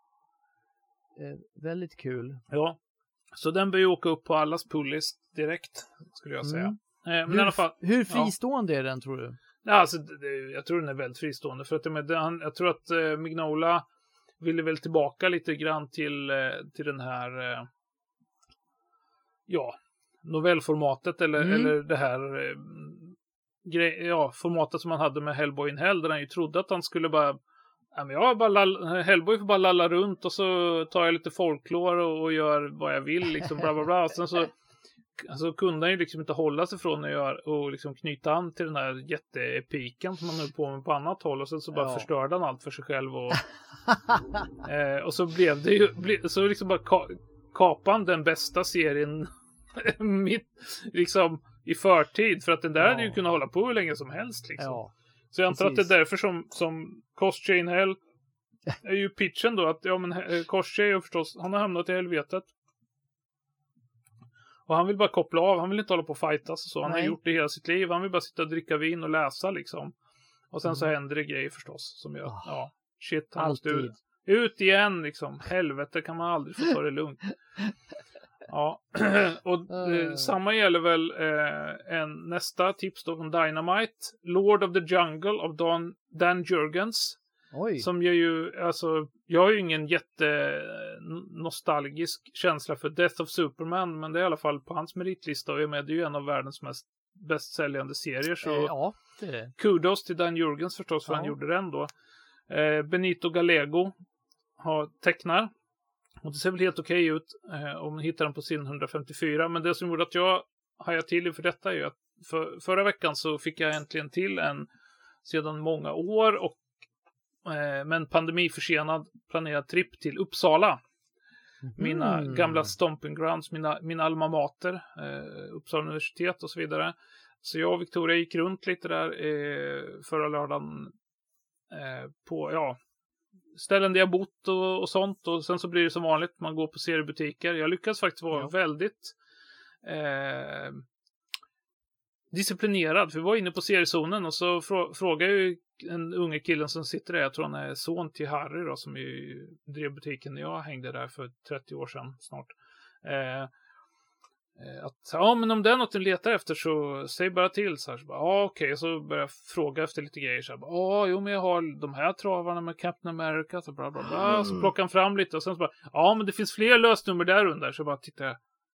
Eh, väldigt kul. Ja, så den bör ju åka upp på allas pullist direkt, skulle jag säga. Mm. Eh, men hur, i alla fall, hur fristående ja. är den, tror du? Ja, alltså, det, jag tror den är väldigt fristående. För att det, det, han, jag tror att eh, Mignola ville väl tillbaka lite grann till, eh, till den här eh, ja, novellformatet eller, mm. eller det här eh, grej, ja, formatet som han hade med Hellboy in Hell, där han ju trodde att han skulle bara ja, men jag bara lall, Hellboy får bara lalla runt och så tar jag lite folklor och, och gör vad jag vill liksom, bla bla bla. Sen så alltså, kunde han ju liksom inte hålla sig från att göra och liksom knyta an till den här jätteepiken som han höll på med på annat håll och sen så bara ja. förstörde han allt för sig själv och eh, och så blev det ju ble, så liksom bara ka, kapan den bästa serien mitt liksom i förtid för att den där ja. hade ju kunnat hålla på hur länge som helst liksom. Ja. Så jag antar Precis. att det är därför som, som Koschei in Hell är ju pitchen då att ja men Koschei är förstås, han har hamnat i helvetet. Och han vill bara koppla av, han vill inte hålla på och fightas och så. Han Nej. har gjort det hela sitt liv, han vill bara sitta och dricka vin och läsa liksom. Och sen mm. så händer det grejer förstås som gör, oh. ja, shit, han Alltid. måste ut, ut igen liksom. Helvete kan man aldrig få ta det lugnt. Ja, och eh, samma gäller väl eh, en nästa tips då från Dynamite. Lord of the Jungle av Dan, Dan Jurgens. Oj. Som gör ju, alltså, jag har ju ingen jätte nostalgisk känsla för Death of Superman, men det är i alla fall på hans meritlista och är med, det är ju en av världens mest bästsäljande serier, så eh, ja, det är det. Kudos till Dan Jurgens förstås, för ja. han gjorde den då. Eh, Benito Gallego har tecknar. Och det ser väl helt okej ut eh, om man hittar den på sin etthundrafemtiofyra. Men det som gjorde att jag hajade till inför detta är ju att för, förra veckan så fick jag äntligen till en sedan många år och eh, med en pandemiförsenad planerad tripp till Uppsala. Mm. Mina gamla stomping grounds, mina, mina alma mater, eh, Uppsala universitet och så vidare. Så jag och Victoria gick runt lite där eh, förra lördagen eh, på, ja, ställen där jag bott och, och sånt. Och sen så blir det som vanligt, man går på seriebutiker. Jag lyckas faktiskt vara ja. väldigt eh, disciplinerad. För vi var inne på seriezonen och så frå, frågade jag ju en unge killen som sitter där. Jag tror han är son till Harry då, som ju drev butiken när jag hängde där för trettio år sedan snart. Eh, att, ja men om det är något du letar efter så säg bara till så här, så bara, ja okej, okay. Så börjar jag fråga efter lite grejer så här, ja jo men jag har de här travarna med Captain America så bla bla bla, mm. så plockar han fram lite och sen så bara, ja men det finns fler lösnummer där under, så bara tittar jag,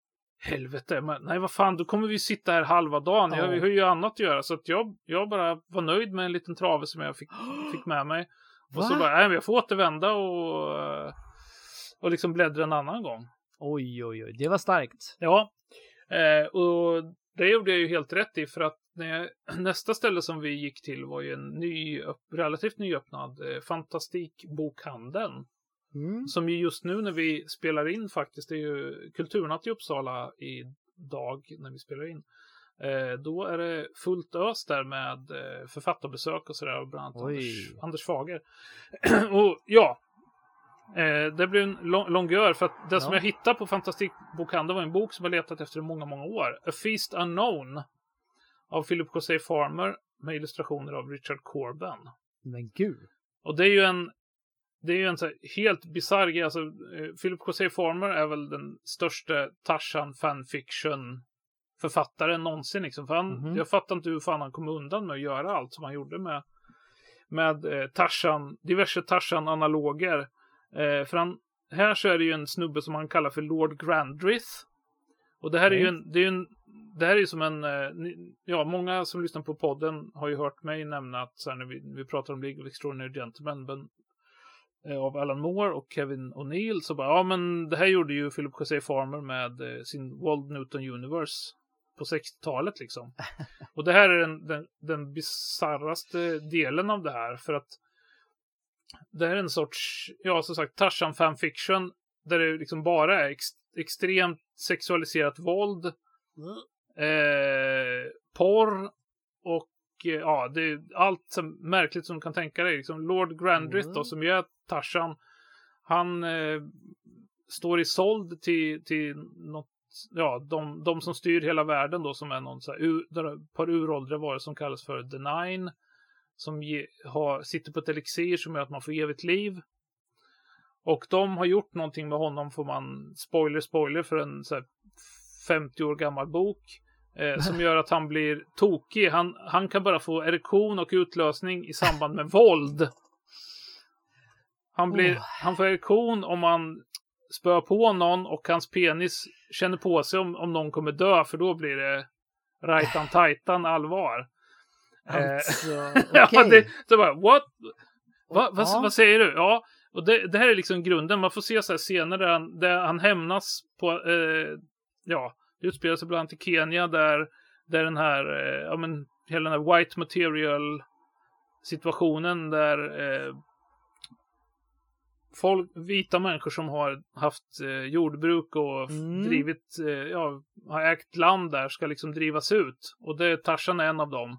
helvete, men, nej vad fan, då kommer vi sitta här halva dagen. Ja. Jag, vi har ju annat att göra. Så att jag, jag bara var nöjd med en liten trave som jag fick, fick med mig. Och Va? så bara, nej men jag får återvända och, och liksom bläddra en annan gång. Oj, oj, oj. Det var starkt. Ja, eh, och det gjorde jag ju helt rätt i, för att när jag, nästa ställe som vi gick till var ju en ny, relativt nyöppnad eh, fantastikbokhandeln. Mm. Som ju just nu när vi spelar in faktiskt, det är ju Kulturnatt i Uppsala idag när vi spelar in. Eh, då är det fullt ös där med eh, författarbesök och sådär, bland annat Anders, Anders Fager. Och ja, eh, det blev en lång, långgör, för att det Ja. som jag hittade på Fantastikbokhandeln var en bok som jag letat efter i många, många år. A Feast Unknown av Philip K. Farmer med illustrationer av Richard Corben. Men gud. Och det är ju en Det är ju en så här helt bizarr grej. Alltså, eh, Philip K. Farmer är väl den största Tarzan fanfiction författaren någonsin. Liksom. För han, Mhm. Jag fattar inte hur fan han kom undan med att göra allt som han gjorde med, med eh, Tarzan, diverse Tarzan-analoger. Eh, för han, här så är det ju en snubbe som han kallar för Lord Grandrith. Och det här är ju en, det är en det här är ju som en, eh, ni- ja, många som lyssnar på podden har ju hört mig nämna att så här, när vi, när vi pratar om League of Extraordinary Gentlemen, men av Alan Moore och Kevin O'Neill, så bara, ja men det här gjorde ju Philip K. Farmer med eh, sin Walt Newton Universe på sextiotalet liksom. Och det här är den, den, den bizarraste delen av det här, för att det här är en sorts, ja som sagt, Tarzan fanfiction där det liksom bara är ex, extremt sexualiserat våld, eh, porr och ja, det är allt som märkligt som du kan tänka dig. Liksom Lord Grandrith Mm. då, som gör Tarzan, han eh, står i sold till, till något, ja, de, de som styr hela världen då, som är någon så här, ur, där ett par uråldriga varor som kallas för The Nine, som ge, har, sitter på ett elixir som gör att man får evigt liv. Och de har gjort någonting med honom, får man spoiler, spoiler för en så här femtio år gammal bok. Eh, som gör att han blir tokig. Han, han kan bara få erektion och utlösning i samband med våld. Han, blir, Oh. han får erektion om man spör på någon och hans penis känner på sig om, om någon kommer dö, för då blir det rajtan tajtan allvar. Alltså, Ja, okej. det, så bara, what? Va, vad, Ja. vad säger du? Ja, och det, det här är liksom grunden. Man får se så här scener där han, där han hämnas på, eh, ja, det utspelar sig bland annat i Kenya, där, där den här, eh, ja men, hela den här white material situationen där eh, folk, vita människor som har haft eh, jordbruk och Mm. drivit, eh, ja, har ägt land där, ska liksom drivas ut. Och det, Tarzan är en av dem.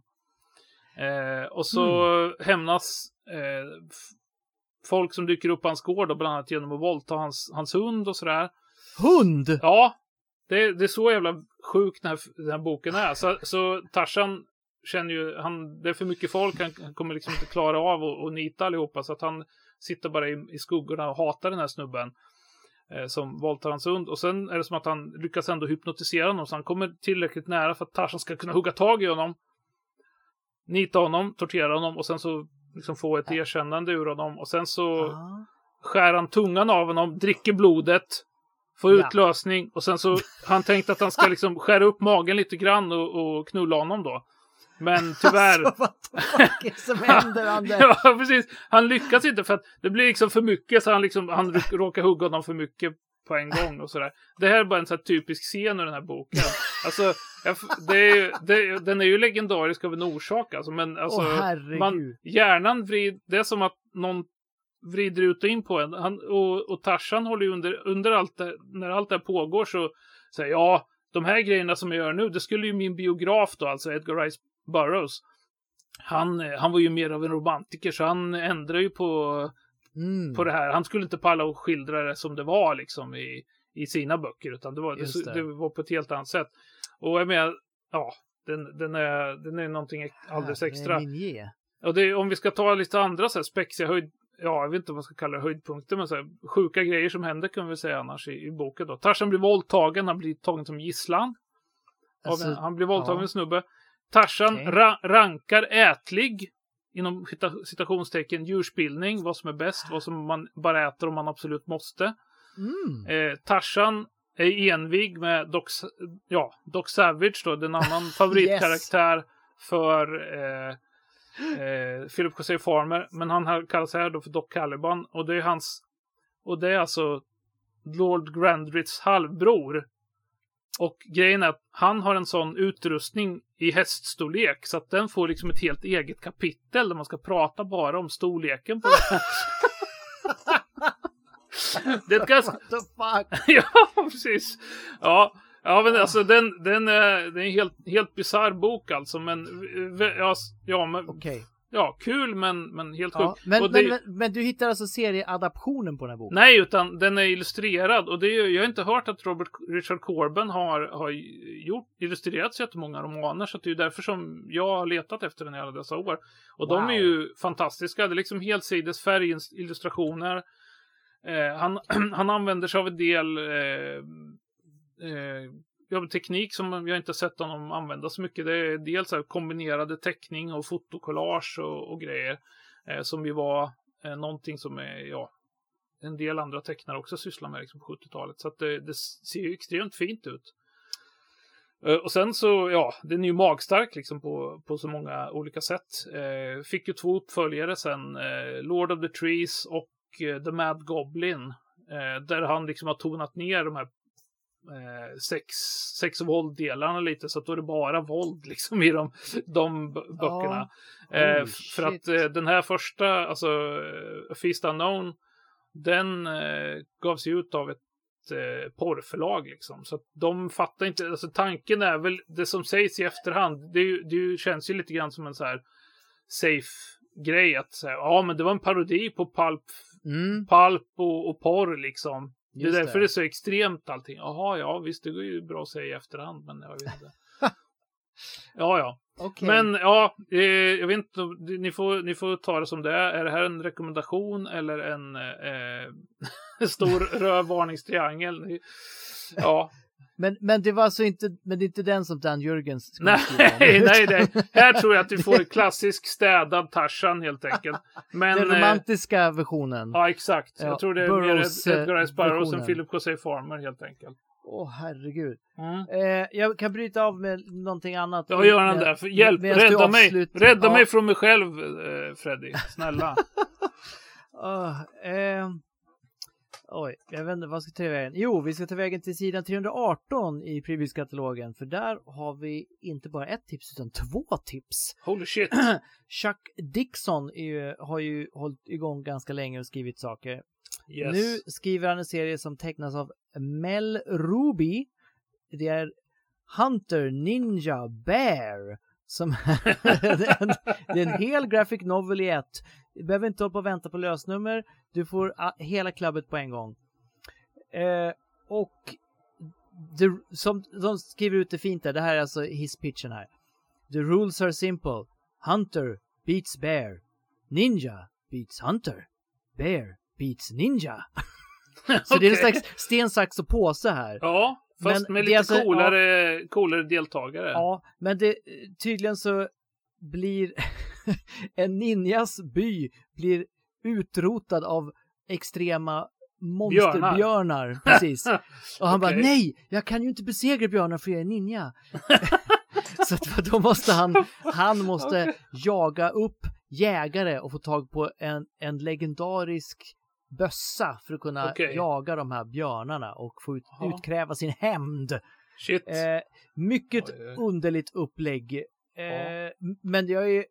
Eh, och så Mm. hämnas eh, f- folk som dyker upp på hans gård, och bland annat genom att våldta hans, hans hund och sådär. Hund! Ja, det, det är så jävla sjukt den här, den här boken är. Så, så Tarzan känner ju, han, det är för mycket folk, han, han kommer liksom inte klara av att och nita allihopa, så att han sitter bara i, i skuggorna och hatar den här snubben eh, som våldtar hans hund. Och sen är det som att han lyckas ändå hypnotisera honom, så han kommer tillräckligt nära för att Tarzan ska kunna hugga tag i honom, nita honom, tortera honom, och sen så liksom få ett erkännande ur honom. Och sen så Ah. skär han tungan av honom, dricker blodet, får Ja. utlösning, och sen så har han tänkt att han ska liksom skära upp magen lite grann och, och knulla honom då. Men tyvärr... Alltså, vad fan är det som händer, Anders? Ja, precis. Han lyckas inte, för att det blir liksom för mycket, så han liksom han råkar hugga honom för mycket på en gång och sådär. Det här är bara en sån här typisk scen ur den här boken. Alltså, jag, det är, ju- det, den är ju legendarisk av en orsak, alltså, men alltså, Åh, herregud. man, hjärnan vrid, det är som att någon vrider ut och in på en. Han, och, och Tarzan håller ju under, under allt det, när allt det här pågår, så säger ja, de här grejerna som jag gör nu, det skulle ju min biograf då, alltså Edgar Rice Burroughs, han, han var ju mer av en romantiker, så han ändrar ju på, Mm. på det här. Han skulle inte palla och skildra det som det var liksom i, i sina böcker, utan det var, Just det. det. Det var på ett helt annat sätt. Och jag menar, ja, den, den, är, den är någonting alldeles Här, extra. en linje. Och det, om vi ska ta lite andra så här spexiga höjd, ja, jag vet inte vad man ska kalla det, höjdpunkter, men så här, sjuka grejer som händer kan vi säga annars i, i boken då. Tarzan blir våldtagen, han blir tagen som gisslan. Alltså, av en, han blir våldtagen ja. av en snubbe. Tarzan Okej. ra, rankar ätlig, inom cita- citationstecken, djurspillning, vad som är bäst, vad som man bara äter om man absolut måste. Mm. Eh, Tarzan är envig med Doc, ja, Doc Savage då, den annan favoritkaraktär yes. för eh, eh, Philip José Farmer, men han kallas här då för Doc Caliban, och det är hans, och det är alltså Lord Grandrits halvbror. Och grejen är att han har en sån utrustning i häststorlek så att den får liksom ett helt eget kapitel där man ska prata bara om storleken på det. Det är ganska... What the fuck? Ja, precis. Ja, ja men alltså den, den är, det är en helt, helt bizarr bok alltså, men ja, ja men okay. Ja, kul men, men helt ja, sjukt. Men, det... men, men, men du hittar alltså serieadaptionen på den här boken? Nej, utan den är illustrerad. Och det är, jag har inte hört att Robert Richard Corben har, har gjort, illustrerat så jättemånga romaner. Så det är ju därför som jag har letat efter den i alla dessa år. Och wow. De är ju fantastiska. Det är liksom helsides färgillustrationer. Eh, han, han använder sig av en del eh, eh, teknik som jag inte sett honom använda så mycket. Det är dels så här kombinerade teckning och fotokollage och, och grejer eh, som ju var eh, någonting som är, ja, en del andra tecknare också sysslar med liksom, på sjuttiotalet. Så att det, det ser ju extremt fint ut. Eh, och sen så, ja, den är ju magstark liksom på, på så många olika sätt. Eh, fick ju två uppföljare sen, eh, Lord of the Trees och eh, The Mad Goblin. Eh, där han liksom har tonat ner de här Eh, sex, sex och vålddelarna lite, så att då är det bara våld liksom i de, de b- böckerna. Oh, eh, oh, för att eh, den här första, alltså A Feast Unknown, den eh, gavs ut av ett eh, porrförlag liksom. Så att de fattar inte, alltså tanken är väl, det som sägs i efterhand, det, är ju, det är ju, känns ju lite grann som en så här safe grej att säga, ja men det var en parodi på pulp, mm. pulp och, och porr liksom. Det är Just därför det. det är så extremt allting. Jaha, ja, visst, det går ju bra att säga i efterhand, men jag vet inte. ja, ja. Okay. Men, ja, eh, jag vet inte, ni får, ni får ta det som det är. Är det här en rekommendation eller en eh, stor röd varningstriangel? Ja. Men, men det var alltså inte, men det är inte den som Dan Jürgens nej, nej, nej. Här tror jag att vi får en klassisk städad Tarzan helt enkelt. Men, den romantiska eh, versionen. Ja, exakt. Ja, jag tror det är Burroughs, mer Edgar Rice Burroughs versionen. än Philip José Farmer helt enkelt. Åh, oh, herregud. Mm. Eh, jag kan bryta av med någonting annat. Ja, gör han där. För hjälp, med, rädda mig. Avslut... Rädda ja. mig från mig själv, eh, Freddy. Snälla. oh, eh... Oj, jag vet inte vad ska ta vägen. Jo, vi ska ta vägen till sidan trehundraarton i Previous-katalogen. För där har vi inte bara ett tips utan två tips. Holy shit. Chuck Dixon är, har ju hållit igång ganska länge och skrivit saker. Yes. Nu skriver han en serie som tecknas av Mel Ruby. Det är Hunter Ninja Bear. Som är en, det är en hel graphic novel i ett. Du behöver inte hålla på och vänta på lösnummer. Du får a, hela klubbet på en gång. Eh, och det, som de skriver ut det fint där. Det här är alltså hisspitchen här. The rules are simple. Hunter beats bear. Ninja beats hunter. Bear beats ninja. Så okay. Det är en slags sten, sax och påse här. Ja, fast men med lite alltså, coolare, ja, coolare deltagare. Ja, men det, tydligen så blir en ninjas by blir utrotad av extrema monsterbjörnar. Precis. Och han okay. bara, nej, jag kan ju inte besegra björnar för jag är ninja. Så att då måste han, han måste okay. jaga upp jägare och få tag på en, en legendarisk bössa för att kunna okay. jaga de här björnarna och få ut, utkräva sin hämnd. Shit. Eh, mycket oj, oj. underligt upplägg. Eh, ja. Men jag är,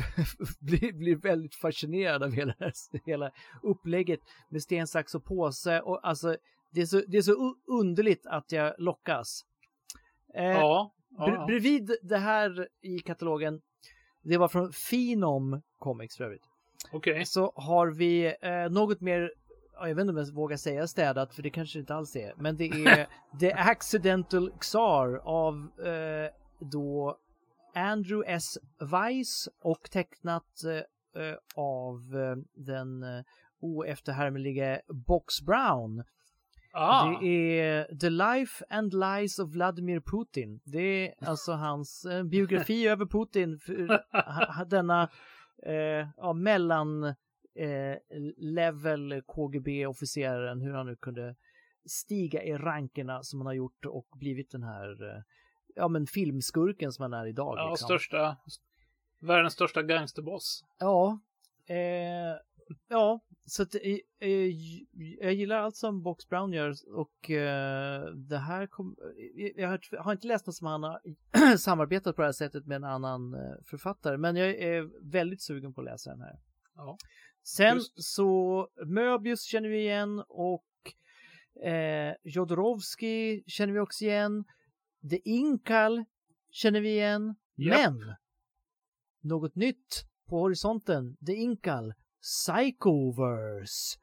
blir, blir väldigt fascinerad av hela, hela upplägget med sten, sax och påse. Och alltså, det är så, det är så underligt att jag lockas. Eh, ja. Ja, ja. Bredvid det här i katalogen, det var från Phenom Comics för övrigt. Okay. Så har vi eh, något mer, jag vet inte om jag vågar säga städat, för det kanske inte alls är. Men det är The Accidental Czar av eh, då Andrew S. Weiss och tecknat eh, av eh, den eh, oefterhärmliga Box Brown. Ah. Det är The Life and Lies of Vladimir Putin. Det är alltså hans eh, biografi över Putin. För, ha, denna eh, ja, mellan eh, level K G B-officeraren, hur han nu kunde stiga i rankerna som han har gjort och blivit den här eh, ja, men filmskurken som han är idag. Ja, liksom. största, världens största gangsterboss. Ja, eh, ja, så att, eh, jag gillar allt som Box Brown gör och eh, det här kom, jag har, jag har inte läst något som han har samarbetat på det här sättet med en annan eh, författare, men jag är väldigt sugen på att läsa den här. Ja. Sen Just. så Möbius känner vi igen och eh, Jodorowsky känner vi också igen. The Inkal känner vi igen. Yep. Men något nytt på horisonten. The Inkal Psychoverse.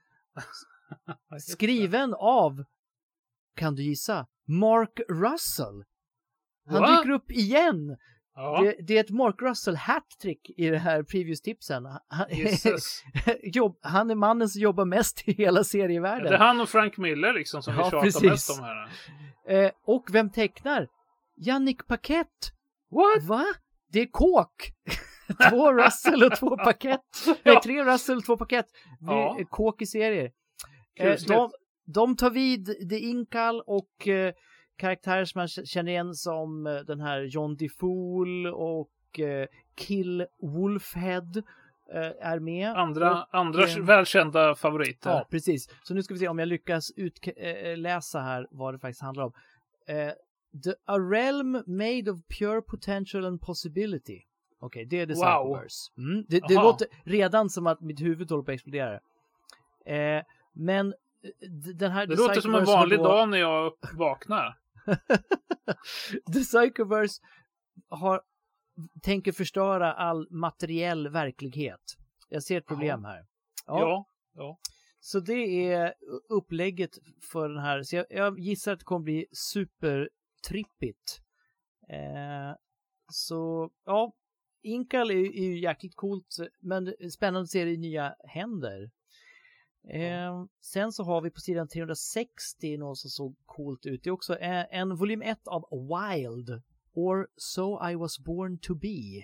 Skriven av, kan du gissa, Mark Russell. Han Va? dyker upp igen. Ja. Det, det är ett Mark Russell hattrick i det här previews-tipsen. Han, jobb, han är mannen som jobbar mest i hela serievärlden. Det är han och Frank Miller liksom som Ja, vi tjatar precis. mest om här. Eh, och vem tecknar? Yannick Paquette. What? Va? Det är kåk. Två Russell och två Paquette. Nej, tre Russell och två Paquette. Vi Ja. är kåk i serier. Eh, Kusligt. de, de tar vid The Inkal och eh, karaktärer som man känner igen som eh, den här John DeFool och eh, Kill Wolfhead eh, är med. Andra, och, andra eh, välkända favoriter. Ja, precis. Så nu ska vi se om jag lyckas utläsa här vad det faktiskt handlar om. Eh, the, a realm made of pure potential and possibility. Okej, okay, det är The Wow. Psychoverse. Mm, det det Aha. låter redan som att mitt huvud håller på att explodera. Eh, men d- den här Det The låter som en Psychoverse vanlig har då- dag när jag vaknar. The Psychoverse har, tänker förstöra all materiell verklighet. Jag ser ett problem här. Ja. ja. Så det är upplägget för den här. Så jag, jag gissar att det kommer bli supertrippigt. Eh, så ja, Inkal är, är ju jäkligt coolt, men spännande att se det i nya händer. Eh, sen så har vi på sidan trehundrasextio något som såg coolt ut. Det är också en, en volym ett av Wild, or So I Was Born To Be.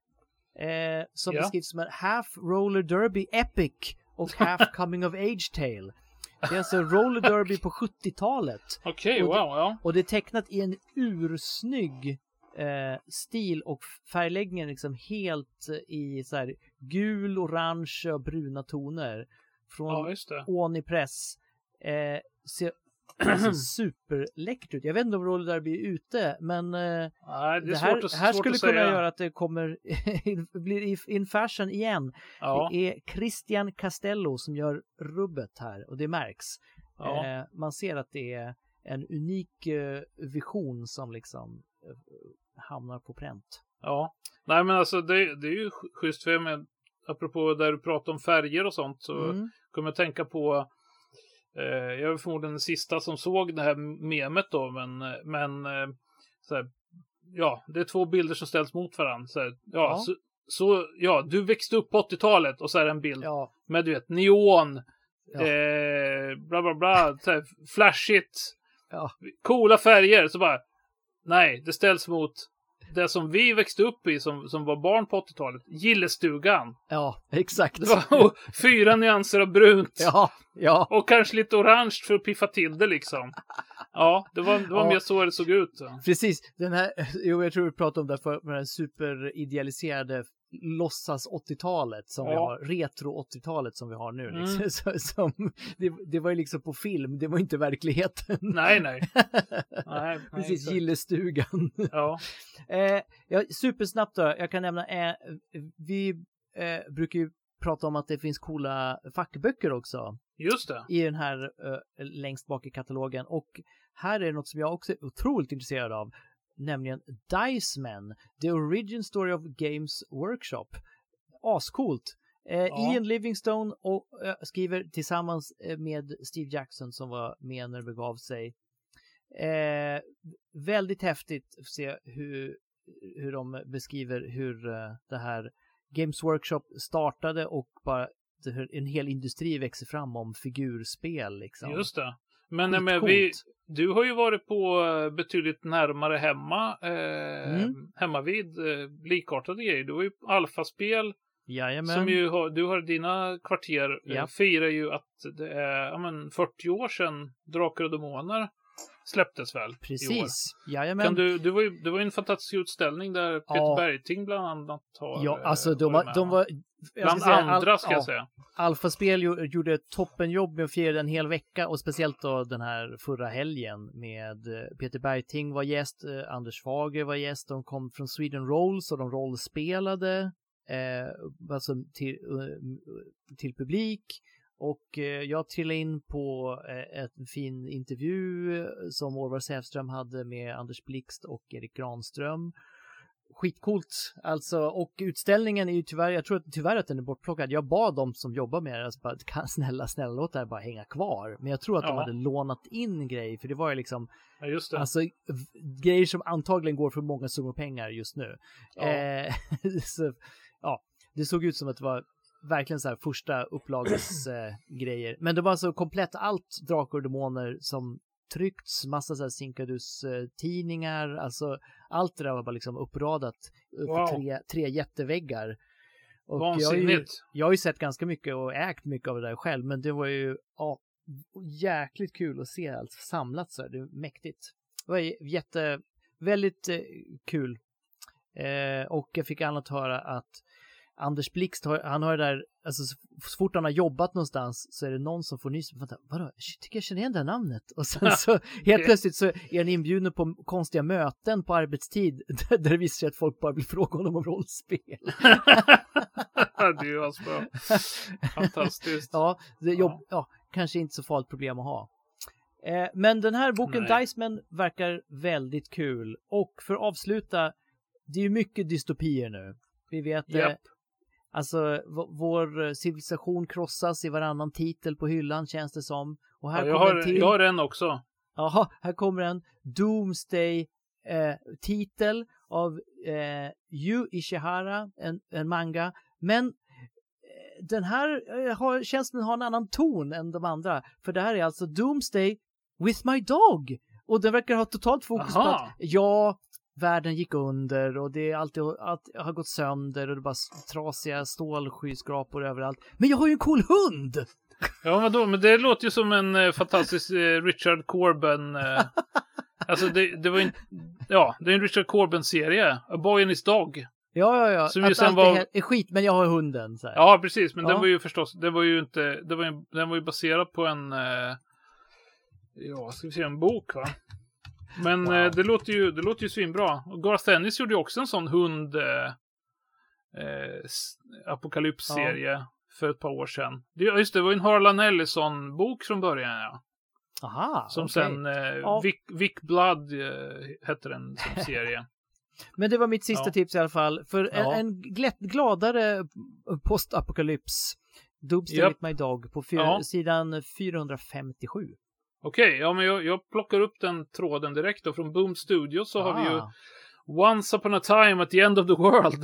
Eh, som Ja. beskrivs som en half roller derby epic och half coming of age tale. Det är alltså roller derby på sjuttiotalet. Okej, Och wow, det- ja. Och det är tecknat i en ursnygg eh, stil och färgläggningen liksom helt i så här gul, orange och bruna toner. Från Ja, just det. Onipress. Eh, ser alltså superläckert ut. Jag vet inte om roller derby är ute, men eh, Nej, det är det här, svårt att, här svårt skulle att kunna säga. göra att det kommer blir in, in fashion igen. Ja, Det är Christian Castello som gör rubbet här och det märks. ja. Eh, man ser att det är en unik eh, vision som liksom eh, hamnar på pränt. ja. Nej, men alltså det, det är ju sch- schysst för mig. Apropå där du pratar om färger och sånt så Mm. kommer jag tänka på eh, jag är förmodligen den sista som såg det här memet då, men, men eh, så här, ja, det är två bilder som ställs mot varandra. Så, här, ja, Ja. Så, så, ja, du växte upp på åttiotalet och så är det en bild Ja, med, du vet, neon, Ja. eh, bla bla bla, så här, flashigt, ja, coola färger, så bara, nej, det ställs mot det som vi växte upp i som, som var barn på åttiotalet, gillestugan. ja, exakt. Det var fyra nyanser av brunt. Ja, ja. Och kanske lite orange för att piffa till det liksom. Ja, det var, det var Ja. mer så det såg ut. Så. Precis, den här, jo, jag tror vi pratade om det för med den superidealiserade låtsas åttiotalet som vi Ja. har, retro åttiotalet som vi har nu. Mm. Liksom. Så, som, det, det var ju liksom på film, det var inte verkligheten. Nej, nej. nej, nej Precis, exakt. gillestugan. Ja, eh, ja, supersnabbt då, jag kan nämna, eh, vi eh, brukar ju prata om att det finns coola fackböcker också just det. i den här eh, längst bak i katalogen. Och här är det något som jag också är otroligt intresserad av, nämligen Dice Men, The Origin Story of Games Workshop. Ascoolt. Eh, Ja. Ian Livingstone och, eh, skriver tillsammans eh, med Steve Jackson som var med när det begav sig. Eh, väldigt häftigt att se hur, hur de beskriver hur eh, det här Games Workshop startade och bara hur en hel industri växer fram om figurspel liksom. Just det. Men, Skitcoolt. men vi, du har ju varit på eh, betydligt närmare hemma, eh, Mm. hemma vid eh, likartade grejer. Du har ju alfaspel Jajamän. Som ju har, du har dina kvarter, Ja. eh, firar ju att det är ja, men fyrtio år sedan Drakar och Demoner släpptes väl i år. Precis. Jajamän. Kan du, du var ju, det var ju en fantastisk utställning där Peter Ja. Bergting bland annat har Ja, alltså eh, de, varit var- med. de var... jag Bland ska säga, andra all- ska ja, jag säga. Alfaspel gjo- gjorde ett toppenjobb med att fira en hel vecka och speciellt då den här förra helgen med eh, Peter Bergting var gäst, eh, Anders Fager var gäst, de kom från Sweden Rolls och de rollspelade eh, alltså till, eh, till publik och eh, jag trillade in på eh, en fin intervju eh, som Orvar Säfström hade med Anders Blixt och Erik Granström. Skitcoolt, alltså, och utställningen är ju tyvärr, jag tror att, tyvärr att den är bortplockad. Jag bad dem som jobbar med det, alltså, bara, kan snälla, snälla låt det här bara hänga kvar. Men jag tror att de Ja. hade lånat in grejer, för det var ju liksom, Ja, just det. alltså, v- grejer som antagligen går för många summor pengar just nu. Ja. Eh, så, ja, det såg ut som att det var verkligen så här första upplagas eh, grejer. Men det var alltså komplett allt Drakar och Demoner som tryckts, massa så här Sinkadus eh, tidningar, alltså allt det där var bara liksom uppradat eh, på Wow. tre, tre jätteväggar. Och jag har, ju, Vansinnigt. jag har ju sett ganska mycket och ägt mycket av det där själv, men det var ju ja, jäkligt kul att se allt samlat så här. Det är mäktigt. Det var jätte, väldigt eh, kul. Eh, och jag fick annat höra att Anders Blixt, har, han har det där, alltså så, så fort han har jobbat någonstans så är det någon som får nys. Vänta, vadå? Jag tycker jag känner igen det här namnet. Och sen så helt plötsligt så är han inbjuden på konstiga möten på arbetstid där det visar sig att folk bara vill fråga honom om rollspel. Det är ju asbra. Fantastiskt. Ja, det är jobb, Ja. ja, kanske inte så farligt problem att ha. Eh, men den här boken Nej. Diceman verkar väldigt kul. Och för att avsluta, det är ju mycket dystopier nu. Vi vet Japp. eh, alltså v- vår civilisation krossas i varannan titel på hyllan känns det som. Och här Ja, jag, kommer en har, till. jag har en också. Jaha, här kommer en Doomsday eh, titel av eh, Yu Ishihara, en, en manga. Men eh, den här eh, har, känns den har en annan ton än de andra. För det här är alltså Doomsday with my dog. Och den verkar ha totalt fokus Aha. på att ja, världen gick under och det är alltid allt har gått sönder och det är bara trasiga stålskyskrapor överallt. Men jag har ju en cool hund! Ja, men, då, men det låter ju som en eh, fantastisk eh, Richard Corbin. Eh, alltså det, det var en, ja, det är en Richard Corbin-serie. A Boy and His Dog. Ja, ja, ja. Som ju att sen allt var- är, är skit, men jag har hunden. Så här. Ja, precis. Men Ja. den var ju förstås, det var ju inte, det var ju, den var ju baserad på en, eh, ja, ska vi säga en bok va? Men Wow. eh, det låter ju, det låter ju svinbra. Och Garth Ennis gjorde ju också en sån hund eh, eh, s- apokalypsserie för ett par år sedan. Det, ja, just det, det var ju en Harlan Ellison-bok från början, ja. Aha, Som okej. sen, eh, Ja. Vic, Vic Blood eh, hette den som serie. Men det var mitt sista Ja. tips i alla fall. För Ja. en, en glätt, gladare postapokalyps. Doomsday Japp. with my dog på fyr, Ja. sidan fyrahundrafemtiosju. Okej, ja men jag, jag plockar upp den tråden direkt då. Från Boom Studios så har vi ju Ah. Once upon a time at the end of the world.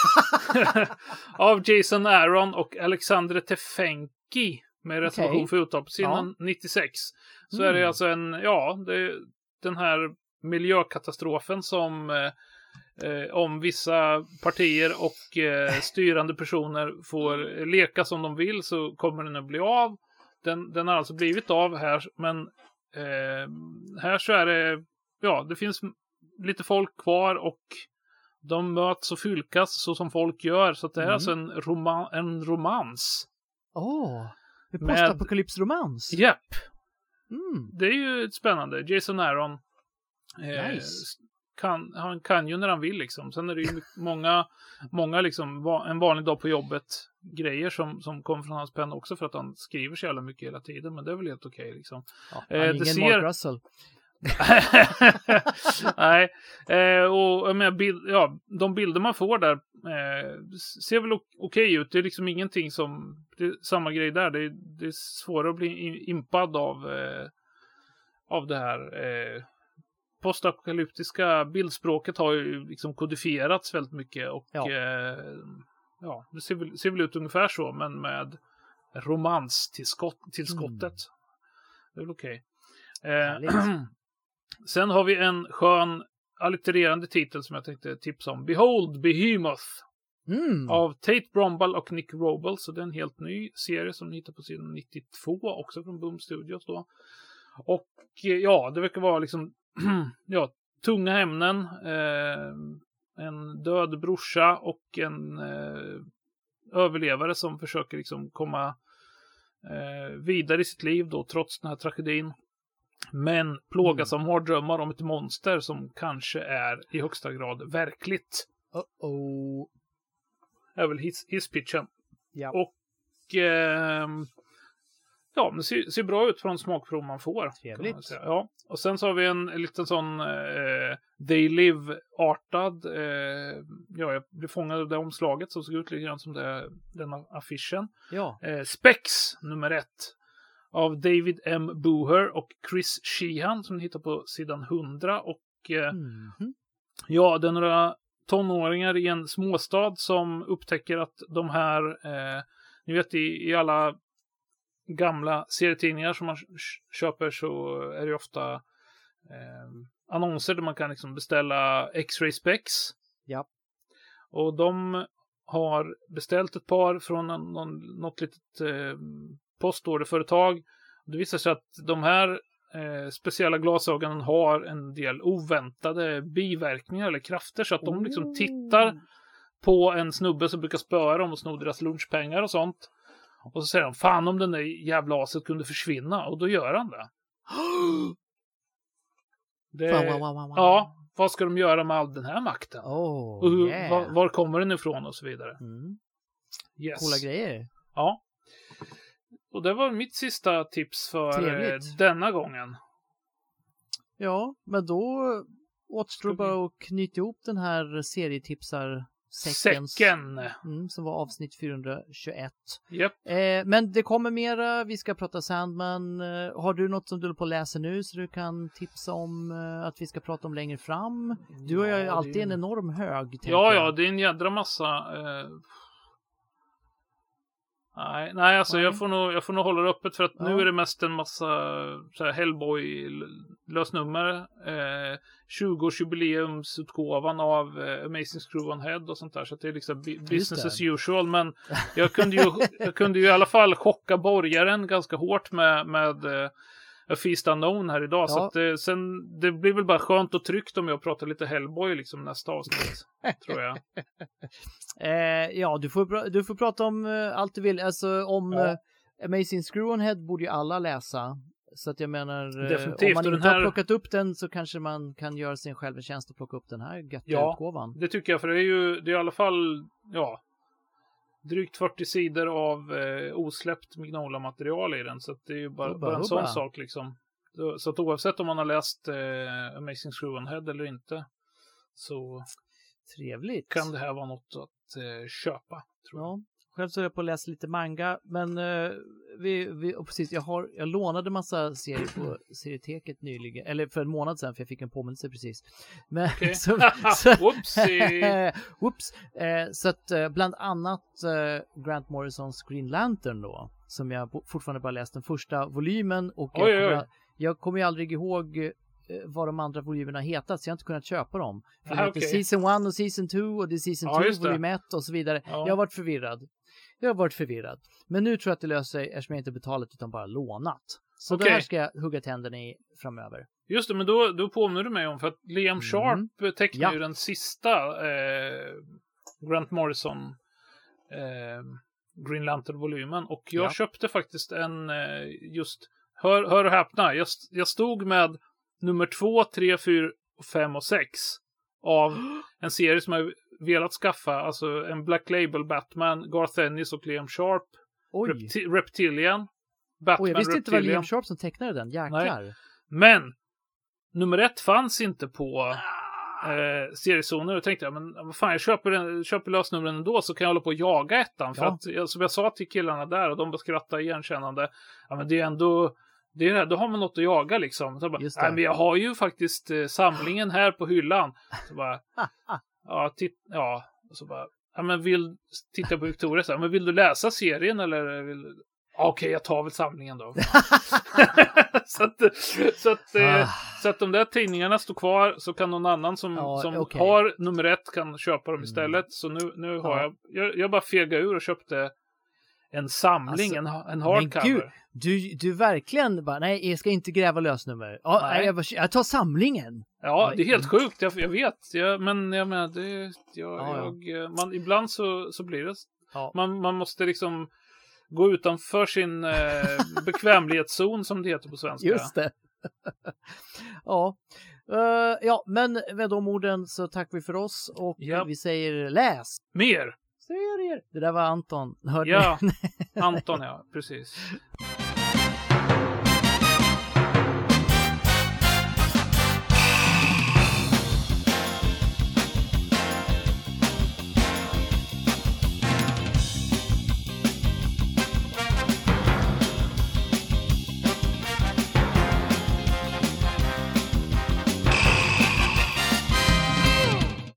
Av Jason Aaron och Alexandre Tefenki. Med reservation Okej. för uttal på sidan nittiosex. Så Mm. är det alltså en, ja, det, den här miljökatastrofen som eh, eh, om vissa partier och eh, styrande personer får leka som de vill så kommer den att bli av. Den, den har alltså blivit av här, men eh, här så är det, ja, det finns lite folk kvar och de möts och fylkas så som folk gör. Så att det är Mm. alltså en, roman, en romans. Åh, oh, en Med- postapokalypsromans. Japp, Mm. det är ju spännande. Jason Aaron eh, Nice. kan, han kan ju när han vill liksom. Sen är det ju många, många liksom, va, en vanlig dag på jobbet grejer som, som kommer från hans penna också för att han skriver så jävla mycket hela tiden. Men det är väl helt okej liksom. Ja, Eh, han är det ingen ser- Mark Russell. Nej, eh, och jag menar, bild, ja, de bilder man får där eh, ser väl ok- okej ut. Det är liksom ingenting som, det är samma grej där. Det är, det är svårare att bli in- impad av, eh, av det här. Eh, postapokalyptiska bildspråket har ju liksom kodifierats väldigt mycket och Ja. eh, ja, det ser väl, ser väl ut ungefär så, men med romanstillskottet. Mm. Det är väl okej. Härligt. Eh, sen har vi en skön allittererande titel som jag tänkte tipsa om. Behold Behemoth. Mm. av Tate Brombal och Nick Roble. Så det är en helt ny serie som ni hittar på sidan nittiotvå, också från Boom Studios då. Och ja, det verkar vara liksom ja, tunga ämnen, eh, en död brorsa och en eh, överlevare som försöker liksom komma eh, vidare i sitt liv då, trots den här tragedin. Men plågas Mm. av mardrömmar om ett monster som kanske är i högsta grad verkligt. Uh-oh. Är väl his, hisspitchen. Ja. Och ehm, ja, men det ser, ser bra ut från smakprov man får. Trevligt. Kan man säga. Ja. Och sen så har vi en, en liten sån eh, They Live-artad. Eh, ja, jag blev fångad av det omslaget som såg ut lite grann som det, den affischen. Ja. Eh, Specs nummer ett. Av David M. Booher och Chris Sheehan som ni hittar på sidan hundra. Och eh, Mhm. ja, det är några tonåringar i en småstad som upptäcker att de här, eh, ni vet i, i alla gamla serietidningar som man köper så är det ofta eh, annonser där man kan liksom beställa X-ray specs. Ja. Och de har beställt ett par från någon, någon, något litet eh, postorderföretag. Det visar sig att de här eh, speciella glasögonen har en del oväntade biverkningar eller krafter, så att de liksom tittar på en snubbe som brukar spöa dem och sno deras lunchpengar och sånt. Och så säger de, fan om den där jävla aset kunde försvinna. Och då gör han det. det Wow, wow, wow, wow. Ja, vad ska de göra med all den här makten? Oh, och hur, yeah. var, var kommer den ifrån och så vidare. Mm. Yes. Coola grejer. Ja. Och det var mitt sista tips för Trevligt. eh, denna gången. Ja, men då återstår Ska bara att knyta ihop den här serietipsar säcken. Säcken. Mm, som var avsnitt fyrahundratjugoett. Japp. Eh, men det kommer mera, vi ska prata Sandman. Eh, har du något som du håller på att läsa nu så du kan tipsa om eh, att vi ska prata om längre fram? Du har ju Ja, alltid det är- en enorm hög. tänker Ja, jag. ja, det är en jädra massa. Eh... Nej, nej, alltså Nej. Jag, får nog, jag får nog hålla det öppet för att Ja. nu är det mest en massa så här Hellboy-lösnummer. Eh, tjugo-årsjubileumsutgåvan av eh, Amazing Screw on Head och sånt där. Så att det är liksom bu- business det. as usual. Men jag kunde, ju, jag kunde ju i alla fall chocka borgaren ganska hårt med, med eh, A Feast Unknown här idag. Så Ja. att, eh, sen, det blir väl bara skönt och tryggt om jag pratar lite Hellboy liksom nästa avsnitt, tror jag. Eh, ja, du får, pra- du får prata om eh, allt du vill. Alltså om Ja. eh, Amazing Screw on Head borde ju alla läsa. Så att jag menar, eh, Definitivt, om man och inte den här- har plockat upp den så kanske man kan göra sin själv en tjänst och plocka upp den här göttiga Ja. utgåvan. Det tycker jag, för det är ju det är i alla fall ja, drygt fyrtio sidor av eh, osläppt Mignola-material i den. Så att det är ju bara, Hubba, bara en hubba. sån sak liksom. Så, så att oavsett om man har läst eh, Amazing Screw on Head eller inte så Trevligt. kan det här vara något att eh, köpa, tror jag. Ja, själv så är jag på att läsa lite manga, men eh, vi, vi, och precis, jag, har, jag lånade massa serier på serieteket nyligen, eller för en månad sedan, för jag fick en påminnelse precis. Men, Okej. så, så, Whoopsie. Whoops. Eh, så att eh, bland annat eh, Grant Morrisons Green Lantern då, som jag bo- fortfarande bara läst den första volymen, och jag, Oj, oj, kommer, oj. jag kommer ju aldrig ihåg eh, vad de andra volymerna hetat, så jag har inte kunnat köpa dem. För det Aha, heter okej. Season ett och Season två och det är Season Ja, två, just det. volym ett och så vidare. Ja. Jag har varit förvirrad. Jag har varit förvirrad. Men nu tror jag att det löser sig eftersom jag inte betalat utan bara lånat. Så Okej. det här ska jag hugga tänderna i framöver. Just det, men då, då påminner du mig om, för att Liam Sharp tecknar Ja. ju den sista eh, Grant Morrison eh, Green Lantern-volymen. Och jag Ja. köpte faktiskt en eh, just, hör, hör och häpna, jag, jag stod med nummer två, tre, fyra, fem och sex av en serie som jag velat skaffa, alltså en Black Label Batman, Garth Ennis och Liam Sharp, Oj, Repti- Reptilian, Batman Oj jag visste inte det var Reptilian. Liam Sharp som tecknade den. Jäklar. Men nummer ett fanns inte på eh, seriezoner. Och tänkte jag, men vad fan, jag köper, den, köper lösnumren ändå så kan jag hålla på och jaga ettan. För Ja. att, jag- som jag sa till killarna där, och de bara skrattade igenkännande. Ja, men det är ändå, det är det, då har man något att jaga liksom. Så jag bara, Just det. nej, men jag har ju faktiskt eh, samlingen här på hyllan. Så bara, ja, titt, ja, och så bara, ja, men vill, titta på Victoria, så här, men vill du läsa serien eller vill ja, okej, jag tar väl samlingen då. så att, så att, eh, Ah, så att de där tidningarna står kvar, så kan någon annan som, Ja, som okej. har nummer ett kan köpa dem istället. Så nu, nu har Ja. jag, jag, jag bara fega ur och köpte en samling, Alltså, en, en Men hardcover. gud, du, du verkligen bara, nej, jag ska inte gräva lösnummer. Ja, Nej. nej. Jag, bara, jag tar samlingen. Ja, det är helt sjukt, jag, jag vet. Jag, men jag menar, det, jag, Ja, ja. jag, man, ibland så, så blir det. Ja. Man, man måste liksom gå utanför sin eh, bekvämlighetszon, som det heter på svenska. Just det. Ja. Uh, ja, men med de orden så tackar vi för oss och Ja. vi säger läs Mer! serier. Det där var Anton. Hörde Ja, ni? Anton, ja, precis.